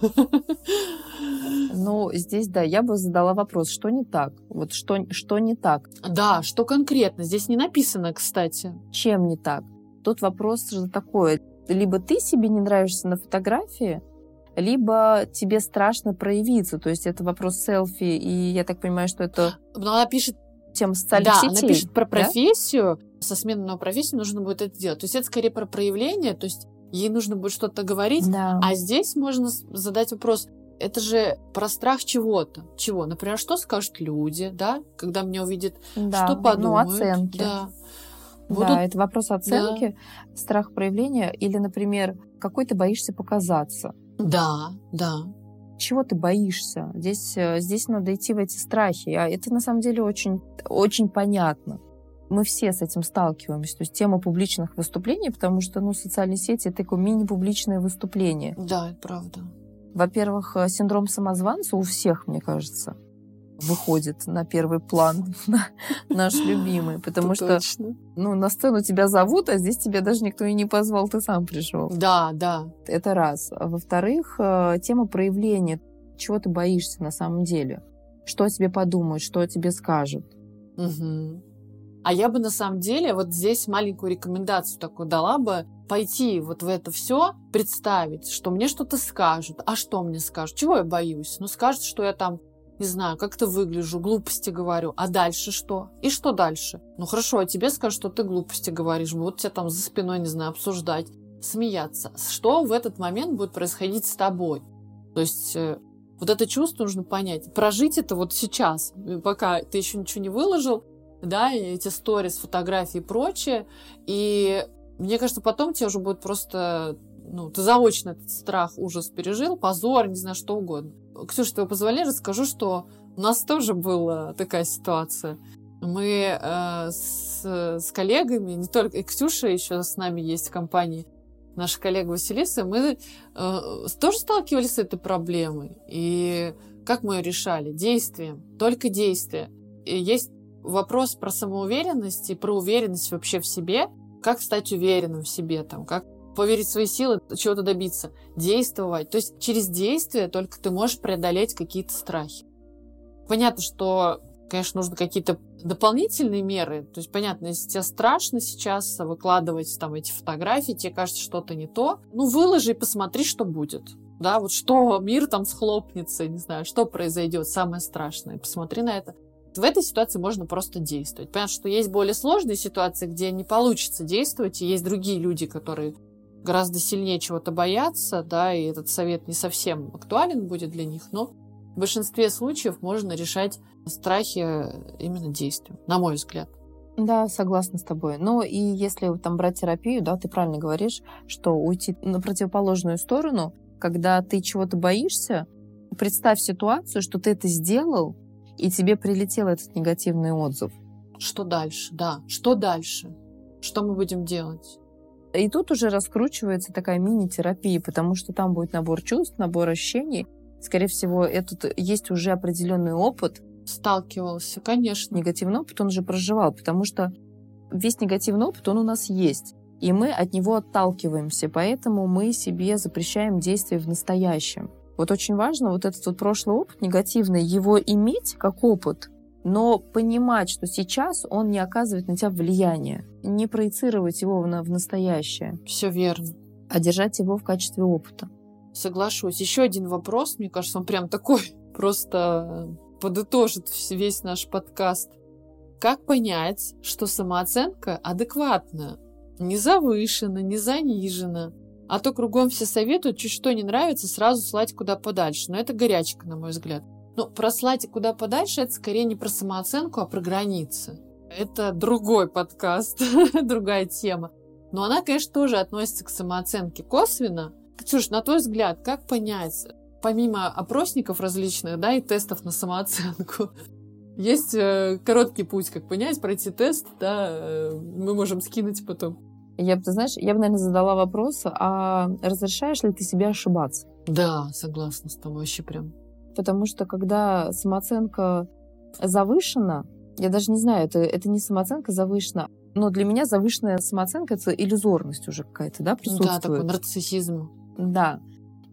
Здесь, я бы задала вопрос, что не так? Вот что не так? Да, что конкретно? Здесь не написано, кстати. Чем не так? Тут вопрос же такой. Либо ты себе не нравишься на фотографии, либо тебе страшно проявиться. То есть это вопрос селфи, и я так понимаю, что это... Но она пишет... Тема социальных сетей. Да, она пишет про профессию. Да? Со сменой новой профессии нужно будет это делать. То есть это скорее про проявление, то есть ей нужно будет что-то говорить. Да. А здесь можно задать вопрос, это же про страх чего-то. Чего? Например, что скажут люди, когда меня увидят, что подумают. Оценки. Да. Да, это вопрос оценки, страх проявления, или, например, какой ты боишься показаться. Да. Чего ты боишься? Здесь надо идти в эти страхи. А это, на самом деле, очень, очень понятно. Мы все с этим сталкиваемся. То есть тема публичных выступлений, потому что, социальные сети — это такое мини-публичное выступление. Да, это правда. Во-первых, синдром самозванца у всех, мне кажется, выходит на первый план, наш любимый. Потому что на сцену тебя зовут, а здесь тебя даже никто и не позвал, ты сам пришел. Да. Это раз. А во-вторых, тема проявления. Чего ты боишься на самом деле? Что о тебе подумают, что о тебе скажут? Угу. А я бы на самом деле вот здесь маленькую рекомендацию такую дала бы, пойти вот в это все, представить, что мне что-то скажут. А что мне скажут? Чего я боюсь? Скажут, что я там, не знаю, как-то выгляжу, глупости говорю. А дальше что? И что дальше? Хорошо, а тебе скажут, что ты глупости говоришь, будут тебя там за спиной, не знаю, обсуждать, смеяться. Что в этот момент будет происходить с тобой? То есть вот это чувство нужно понять. Прожить это вот сейчас, пока ты еще ничего не выложил, и эти сторис, фотографии и прочее. И мне кажется, потом тебе уже будет просто... ты заочно этот страх, ужас пережил, позор, не знаю, что угодно. Ксюша, твоего позволения расскажу, что у нас тоже была такая ситуация. Мы с коллегами, не только и Ксюша еще с нами есть в компании, наша коллега Василиса, мы тоже сталкивались с этой проблемой. И как мы ее решали? Действием, только действие. И есть вопрос про самоуверенность и про уверенность вообще в себе. Как стать уверенным в себе, как поверить в свои силы, чего-то добиться, действовать. То есть через действие только ты можешь преодолеть какие-то страхи. Понятно, что, конечно, нужны какие-то дополнительные меры. То есть, понятно, если тебе страшно сейчас выкладывать эти фотографии, тебе кажется что-то не то, выложи и посмотри, что будет. Вот что мир схлопнется, не знаю, что произойдет, самое страшное. Посмотри на это. В этой ситуации можно просто действовать. Понятно, что есть более сложные ситуации, где не получится действовать, и есть другие люди, которые гораздо сильнее чего-то боятся, и этот совет не совсем актуален будет для них, но в большинстве случаев можно решать страхи именно действием, на мой взгляд. Да, согласна с тобой. И если брать терапию, ты правильно говоришь, что уйти на противоположную сторону, когда ты чего-то боишься, представь ситуацию, что ты это сделал, и тебе прилетел этот негативный отзыв. Что дальше? Да, что дальше? Что мы будем делать? И тут уже раскручивается такая мини-терапия, потому что там будет набор чувств, набор ощущений. Скорее всего, этот есть уже определенный опыт. Сталкивался, конечно. Негативный опыт он уже проживал, потому что весь негативный опыт, он у нас есть. и мы от него отталкиваемся, поэтому мы себе запрещаем действия в настоящем. Вот очень важно вот этот вот прошлый опыт негативный, его иметь как опыт, но понимать, что сейчас он не оказывает на тебя влияния, не проецировать его в настоящее. Все верно. А держать его в качестве опыта. Соглашусь. Еще один вопрос, мне кажется, он прям такой, просто подытожит весь наш подкаст. Как понять, что самооценка адекватная? Не завышена, не занижена. А то кругом все советуют, чуть что не нравится, сразу слать куда подальше. Но это горячка, на мой взгляд. Ну, про слать куда подальше, это скорее не про самооценку, а про границы. Это другой подкаст, другая тема. Но она, конечно, тоже относится к самооценке косвенно. Ксюш, на твой взгляд, как понять, помимо опросников различных, да, и тестов на самооценку, есть короткий путь, как понять, пройти тест, да, мы можем скинуть потом. Я бы, наверное, задала вопрос, а разрешаешь ли ты себе ошибаться? Да, согласна с тобой, вообще прям. Потому что когда самооценка завышена, я даже не знаю, это не самооценка завышена, но для меня завышенная самооценка — это иллюзорность уже какая-то, да, присутствует. Да, такой нарциссизм. Да.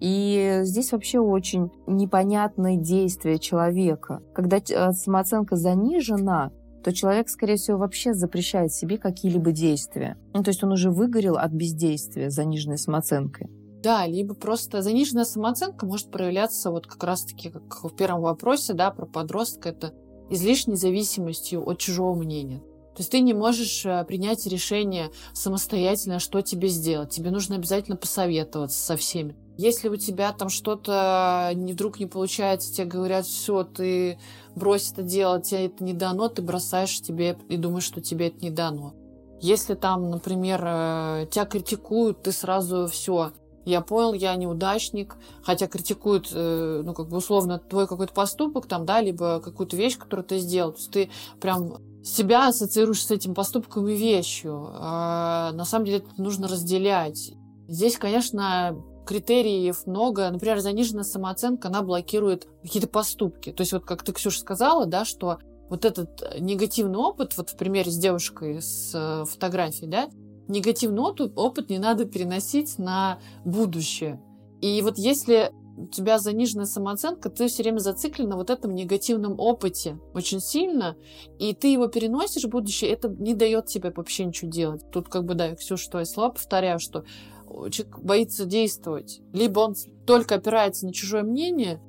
И здесь вообще очень непонятные действия человека. Когда самооценка занижена, то человек, скорее всего, вообще запрещает себе какие-либо действия. Ну, то есть он уже выгорел от бездействия с заниженной самооценкой. Да, либо просто заниженная самооценка может проявляться вот как раз-таки, как в первом вопросе, да, про подростка, это излишней зависимостью от чужого мнения. То есть ты не можешь принять решение самостоятельно, что тебе сделать. Тебе нужно обязательно посоветоваться со всеми. Если у тебя там что-то вдруг не получается, тебе говорят, все, ты брось это делать, тебе это не дано, ты бросаешь тебе и думаешь, что тебе это не дано. Если там, например, тебя критикуют, ты сразу все, я понял, я неудачник, хотя критикуют, ну, как бы условно, твой какой-то поступок там, да, либо какую-то вещь, которую ты сделал. То есть ты прям себя ассоциируешь с этим поступком и вещью. А на самом деле это нужно разделять. Здесь, конечно, критериев много. Например, заниженная самооценка, она блокирует какие-то поступки. То есть вот как ты, Ксюша, сказала, да, что вот этот негативный опыт, вот в примере с девушкой с фотографией, да, негативный опыт не надо переносить на будущее. И вот если у тебя заниженная самооценка, ты все время зациклен на вот этом негативном опыте очень сильно, и ты его переносишь в будущее, это не дает тебе вообще ничего делать. Тут как бы, да, Ксюша, твои слова повторяю, что человек боится действовать. Либо он только опирается на чужое мнение,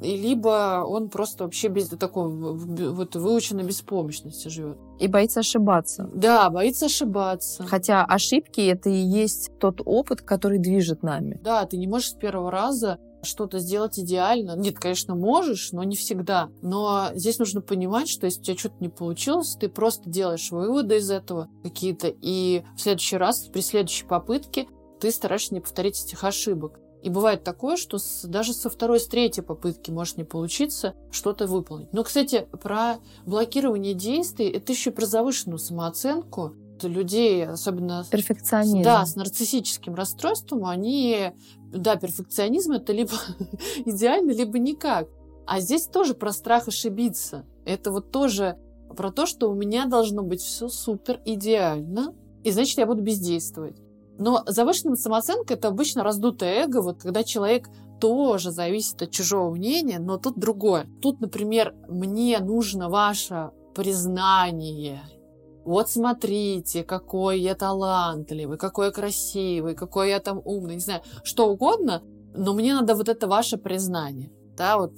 либо он просто вообще без такой вот выученной беспомощности живет. И боится ошибаться. Да, боится ошибаться. Хотя ошибки — это и есть тот опыт, который движет нами. Да, ты не можешь с первого раза что-то сделать идеально. Нет, конечно, можешь, но не всегда. Но здесь нужно понимать, что если у тебя что-то не получилось, ты просто делаешь выводы из этого какие-то, и в следующий раз, при следующей попытке, ты стараешься не повторить этих ошибок. И бывает такое, что даже со второй, с третьей попытки может не получиться что-то выполнить. Но, кстати, про блокирование действий, это еще и про завышенную самооценку. Людей, особенно перфекционизм. Да, с нарциссическим расстройством, они, да, перфекционизм это либо идеально, либо никак. А здесь тоже про страх ошибиться. Это вот тоже про то, что у меня должно быть все супер идеально, и значит, я буду бездействовать. Но завышенная самооценка — это обычно раздутое эго, вот когда человек тоже зависит от чужого мнения, но тут другое. Тут, например, мне нужно ваше признание. Вот смотрите, какой я талантливый, какой я красивый, какой я там умный, не знаю, что угодно, но мне надо вот это ваше признание. Да, вот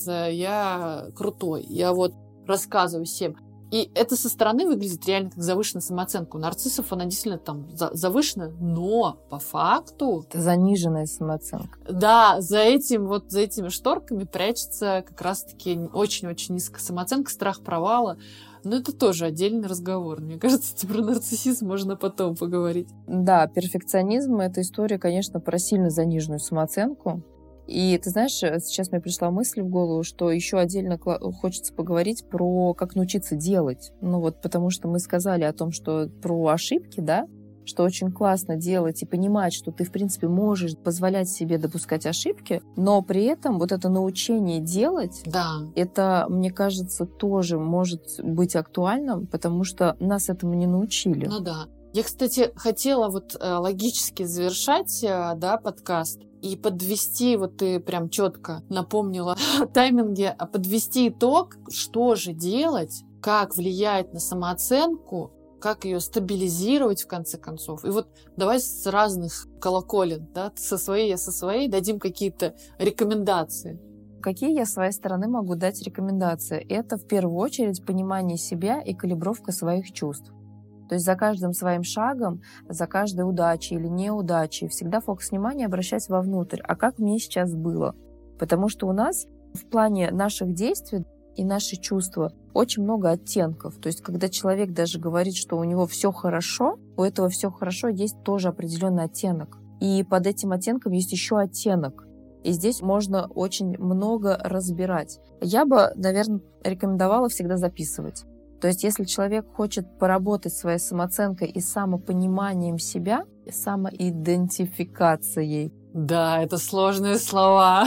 я крутой, я вот рассказываю всем. И это со стороны выглядит реально как завышенная самооценка. У нарциссов она действительно там завышена, но по факту... Это заниженная самооценка. Да, за этими шторками прячется как раз-таки очень-очень низкая самооценка, страх провала. Но это тоже отдельный разговор. Мне кажется, про нарциссизм можно потом поговорить. Да, перфекционизм — это история, конечно, про сильно заниженную самооценку. И ты знаешь, сейчас мне пришла мысль в голову, что еще отдельно хочется поговорить про как научиться делать. Ну вот, потому что мы сказали о том, что про ошибки, да, что очень классно делать и понимать, что ты, в принципе, можешь позволять себе допускать ошибки, но при этом вот это научение делать, да, это, мне кажется, тоже может быть актуальным, потому что нас этому не научили. Ну да. Я, кстати, хотела логически завершать, да, подкаст и подвести, ты прям четко напомнила о тайминге, а подвести итог, что же делать, как влиять на самооценку, как ее стабилизировать в конце концов. И давай с разных колоколен, да, ты со своей, я со своей, дадим какие-то рекомендации. Какие я с своей стороны могу дать рекомендации? Это в первую очередь понимание себя и калибровка своих чувств. То есть за каждым своим шагом, за каждой удачей или неудачей всегда фокус внимания обращать вовнутрь. А как мне сейчас было? Потому что у нас в плане наших действий и наши чувства очень много оттенков. То есть когда человек даже говорит, что у него все хорошо, у этого все хорошо есть тоже определенный оттенок. И под этим оттенком есть еще оттенок. И здесь можно очень много разбирать. Я бы, наверное, рекомендовала всегда записывать. То есть если человек хочет поработать своей самооценкой и самопониманием себя, и самоидентификацией. Да, это сложные слова.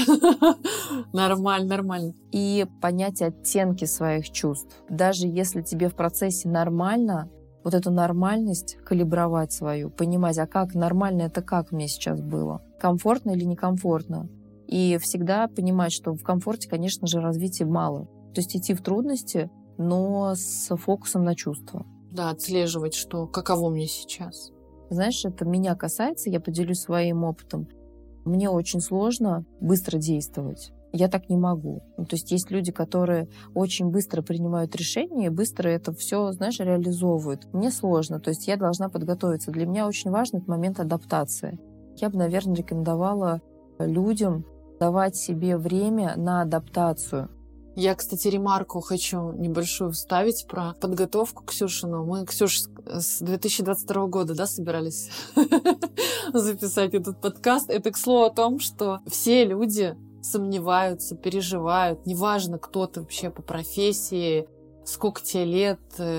Нормально. И понять оттенки своих чувств. Даже если тебе в процессе нормально, эту нормальность калибровать свою, понимать, а как нормально, это как мне сейчас было, комфортно или некомфортно. И всегда понимать, что в комфорте, конечно же, развития мало. То есть идти в трудности, но с фокусом на чувства. Да, отслеживать, каково мне сейчас. Знаешь, это меня касается, я поделюсь своим опытом. Мне очень сложно быстро действовать. Я так не могу. То есть есть люди, которые очень быстро принимают решения и быстро это все, реализовывают. Мне сложно, то есть я должна подготовиться. Для меня очень важен этот момент адаптации. Я бы, наверное, рекомендовала людям давать себе время на адаптацию. Я, кстати, ремарку хочу небольшую вставить про подготовку Ксюшину. Мы, Ксюш, с 2022 года, да, собирались записать этот подкаст. Это к слову о том, что все люди сомневаются, переживают. Неважно, кто ты вообще по профессии, сколько тебе лет.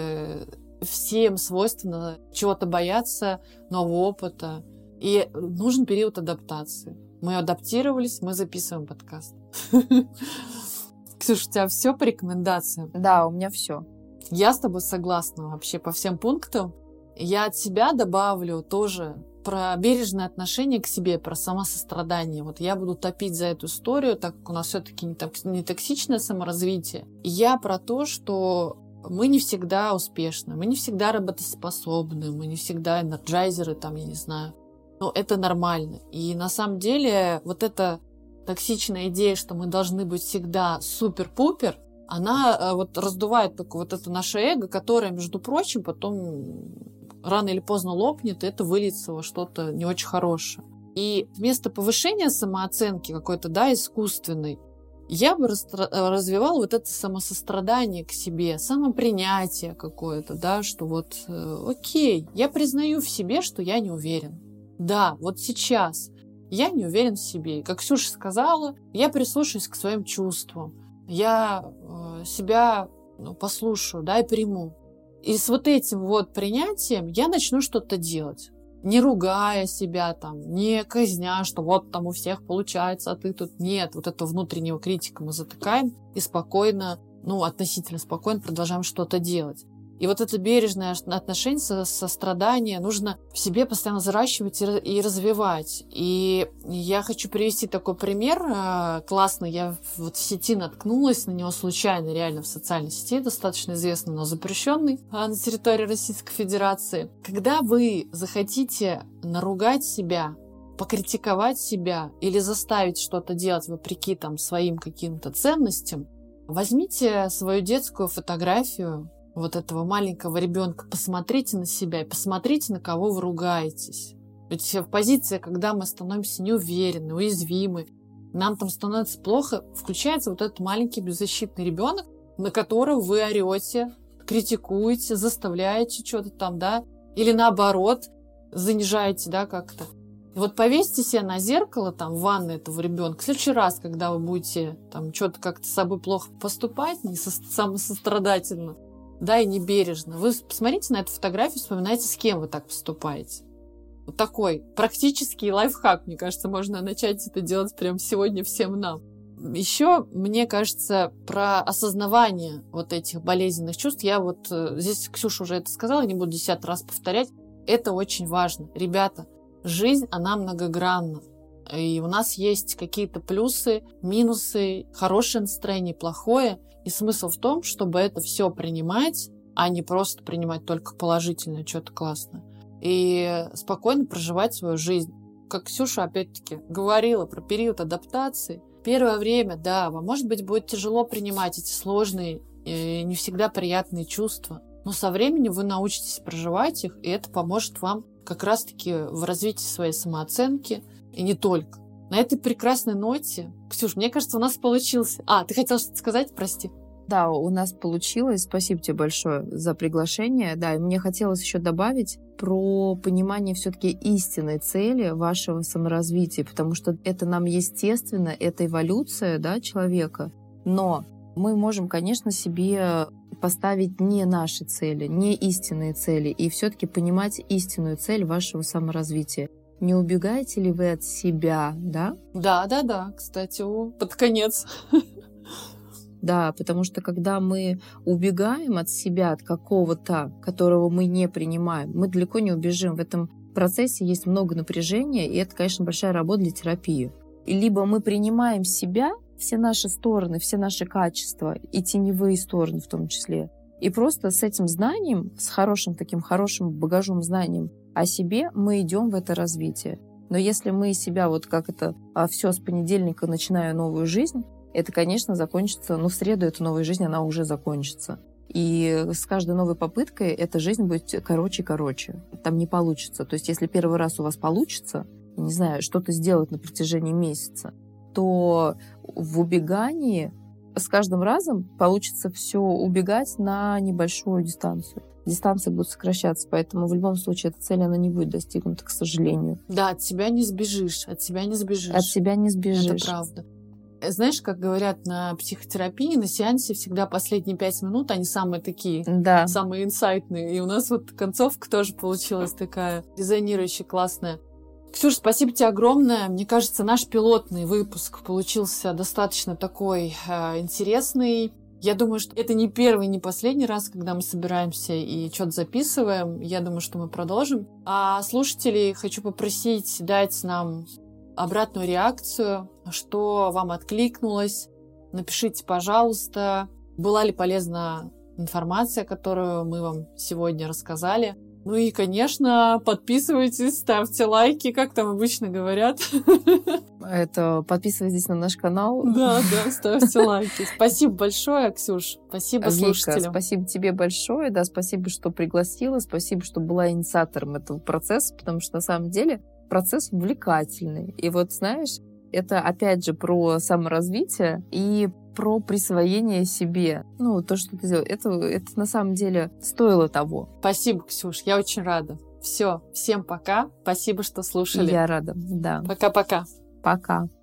Всем свойственно чего-то бояться, нового опыта. И нужен период адаптации. Мы адаптировались, мы записываем подкаст. Ксюша, у тебя все по рекомендациям? Да, у меня все. Я с тобой согласна вообще по всем пунктам. Я от себя добавлю тоже про бережное отношение к себе, про самосострадание. Я буду топить за эту историю, так как у нас все-таки не токсичное саморазвитие. И я про то, что мы не всегда успешны, мы не всегда работоспособны, мы не всегда энерджайзеры, я не знаю. Но это нормально. И на самом деле эта токсичная идея, что мы должны быть всегда супер-пупер, она раздувает только это наше эго, которое, между прочим, потом рано или поздно лопнет, и это выльется во что-то не очень хорошее. И вместо повышения самооценки какой-то, да, искусственной, я бы развивала это самосострадание к себе, самопринятие какое-то, да, что окей, я признаю в себе, что я не уверен. Да, сейчас я не уверен в себе. И, как Ксюша сказала, я прислушаюсь к своим чувствам. Я себя послушаю, да, и приму. И с этим принятием я начну что-то делать. Не ругая себя, не казня, что у всех получается, а ты тут нет. Этого внутреннего критика мы затыкаем и спокойно, относительно спокойно продолжаем что-то делать. И это бережное отношение, сострадание нужно в себе постоянно взращивать и развивать. И я хочу привести такой пример классный. Я в сети наткнулась на него случайно, реально в социальной сети, достаточно известный, но запрещенный на территории Российской Федерации. Когда вы захотите наругать себя, покритиковать себя или заставить что-то делать вопреки своим каким-то ценностям, возьмите свою детскую фотографию этого маленького ребенка, посмотрите на себя и посмотрите, на кого вы ругаетесь. Ведь в позиции, когда мы становимся неуверенны, уязвимы, нам становится плохо, включается этот маленький беззащитный ребенок, на которого вы орете, критикуете, заставляете что-то да, или наоборот, занижаете, да, как-то. И повесьте себе на зеркало в ванной этого ребенка. В следующий раз, когда вы будете что-то как-то с собой плохо поступать, не самосострадательно, да, и небережно. Вы посмотрите на эту фотографию, вспоминайте, с кем вы так поступаете. Такой практический лайфхак, мне кажется, можно начать это делать прямо сегодня всем нам. Еще, мне кажется, про осознавание этих болезненных чувств. Я здесь Ксюша уже это сказала, не буду 10 раз повторять. Это очень важно. Ребята, жизнь, она многогранна. И у нас есть какие-то плюсы, минусы, хорошее настроение, плохое. И смысл в том, чтобы это все принимать, а не просто принимать только положительное, что-то классное. И спокойно проживать свою жизнь. Как Ксюша, опять-таки, говорила про период адаптации. Первое время, да, вам, может быть, будет тяжело принимать эти сложные, не всегда приятные чувства. Но со временем вы научитесь проживать их, и это поможет вам как раз-таки в развитии своей самооценки, и не только. На этой прекрасной ноте, Ксюш, мне кажется, у нас получился... ты хотела что-то сказать? Прости. Да, у нас получилось. Спасибо тебе большое за приглашение. Да, и мне хотелось еще добавить про понимание все-таки истинной цели вашего саморазвития, потому что это нам естественно, это эволюция, да, человека. Но мы можем, конечно, себе поставить не наши цели, не истинные цели, и все-таки понимать истинную цель вашего саморазвития. Не убегаете ли вы от себя, да? Да, кстати, под конец. Да, потому что когда мы убегаем от себя, от какого-то, которого мы не принимаем, мы далеко не убежим. В этом процессе есть много напряжения, и это, конечно, большая работа для терапии. И либо мы принимаем себя, все наши стороны, все наши качества, и теневые стороны в том числе, и просто с этим знанием, с хорошим багажом знанием о себе мы идем в это развитие. Но если мы себя все с понедельника начинаю новую жизнь, это, конечно, закончится, в среду эта новая жизнь, она уже закончится. И с каждой новой попыткой эта жизнь будет короче и короче. Там не получится. То есть если первый раз у вас получится, не знаю, что-то сделать на протяжении месяца, то в убегании с каждым разом получится все убегать на небольшую дистанцию. Дистанции будут сокращаться, поэтому в любом случае эта цель, она не будет достигнута, к сожалению. Да, от себя не сбежишь. От себя не сбежишь. Это правда. Знаешь, как говорят на психотерапии, на сеансе всегда последние 5 минут, они самые такие, самые инсайтные. И у нас концовка тоже получилась такая резонирующая, классная. Ксюш, спасибо тебе огромное. Мне кажется, наш пилотный выпуск получился достаточно такой интересный. Я думаю, что это не первый, не последний раз, когда мы собираемся и что-то записываем. Я думаю, что мы продолжим. А слушателей хочу попросить дать нам обратную реакцию, что вам откликнулось. Напишите, пожалуйста, была ли полезна информация, которую мы вам сегодня рассказали. Ну и, конечно, подписывайтесь, ставьте лайки, как там обычно говорят. Это подписывайтесь на наш канал. Да, ставьте лайки. Спасибо большое, Ксюш. Спасибо слушателям. Вика, спасибо тебе большое. Да, спасибо, что пригласила. Спасибо, что была инициатором этого процесса, потому что на самом деле процесс увлекательный. И знаешь, это опять же про саморазвитие и про присвоение себе. То, что ты делал, это на самом деле стоило того. Спасибо, Ксюш, я очень рада. Все, всем пока. Спасибо, что слушали. Я рада, да. Пока-пока. Пока.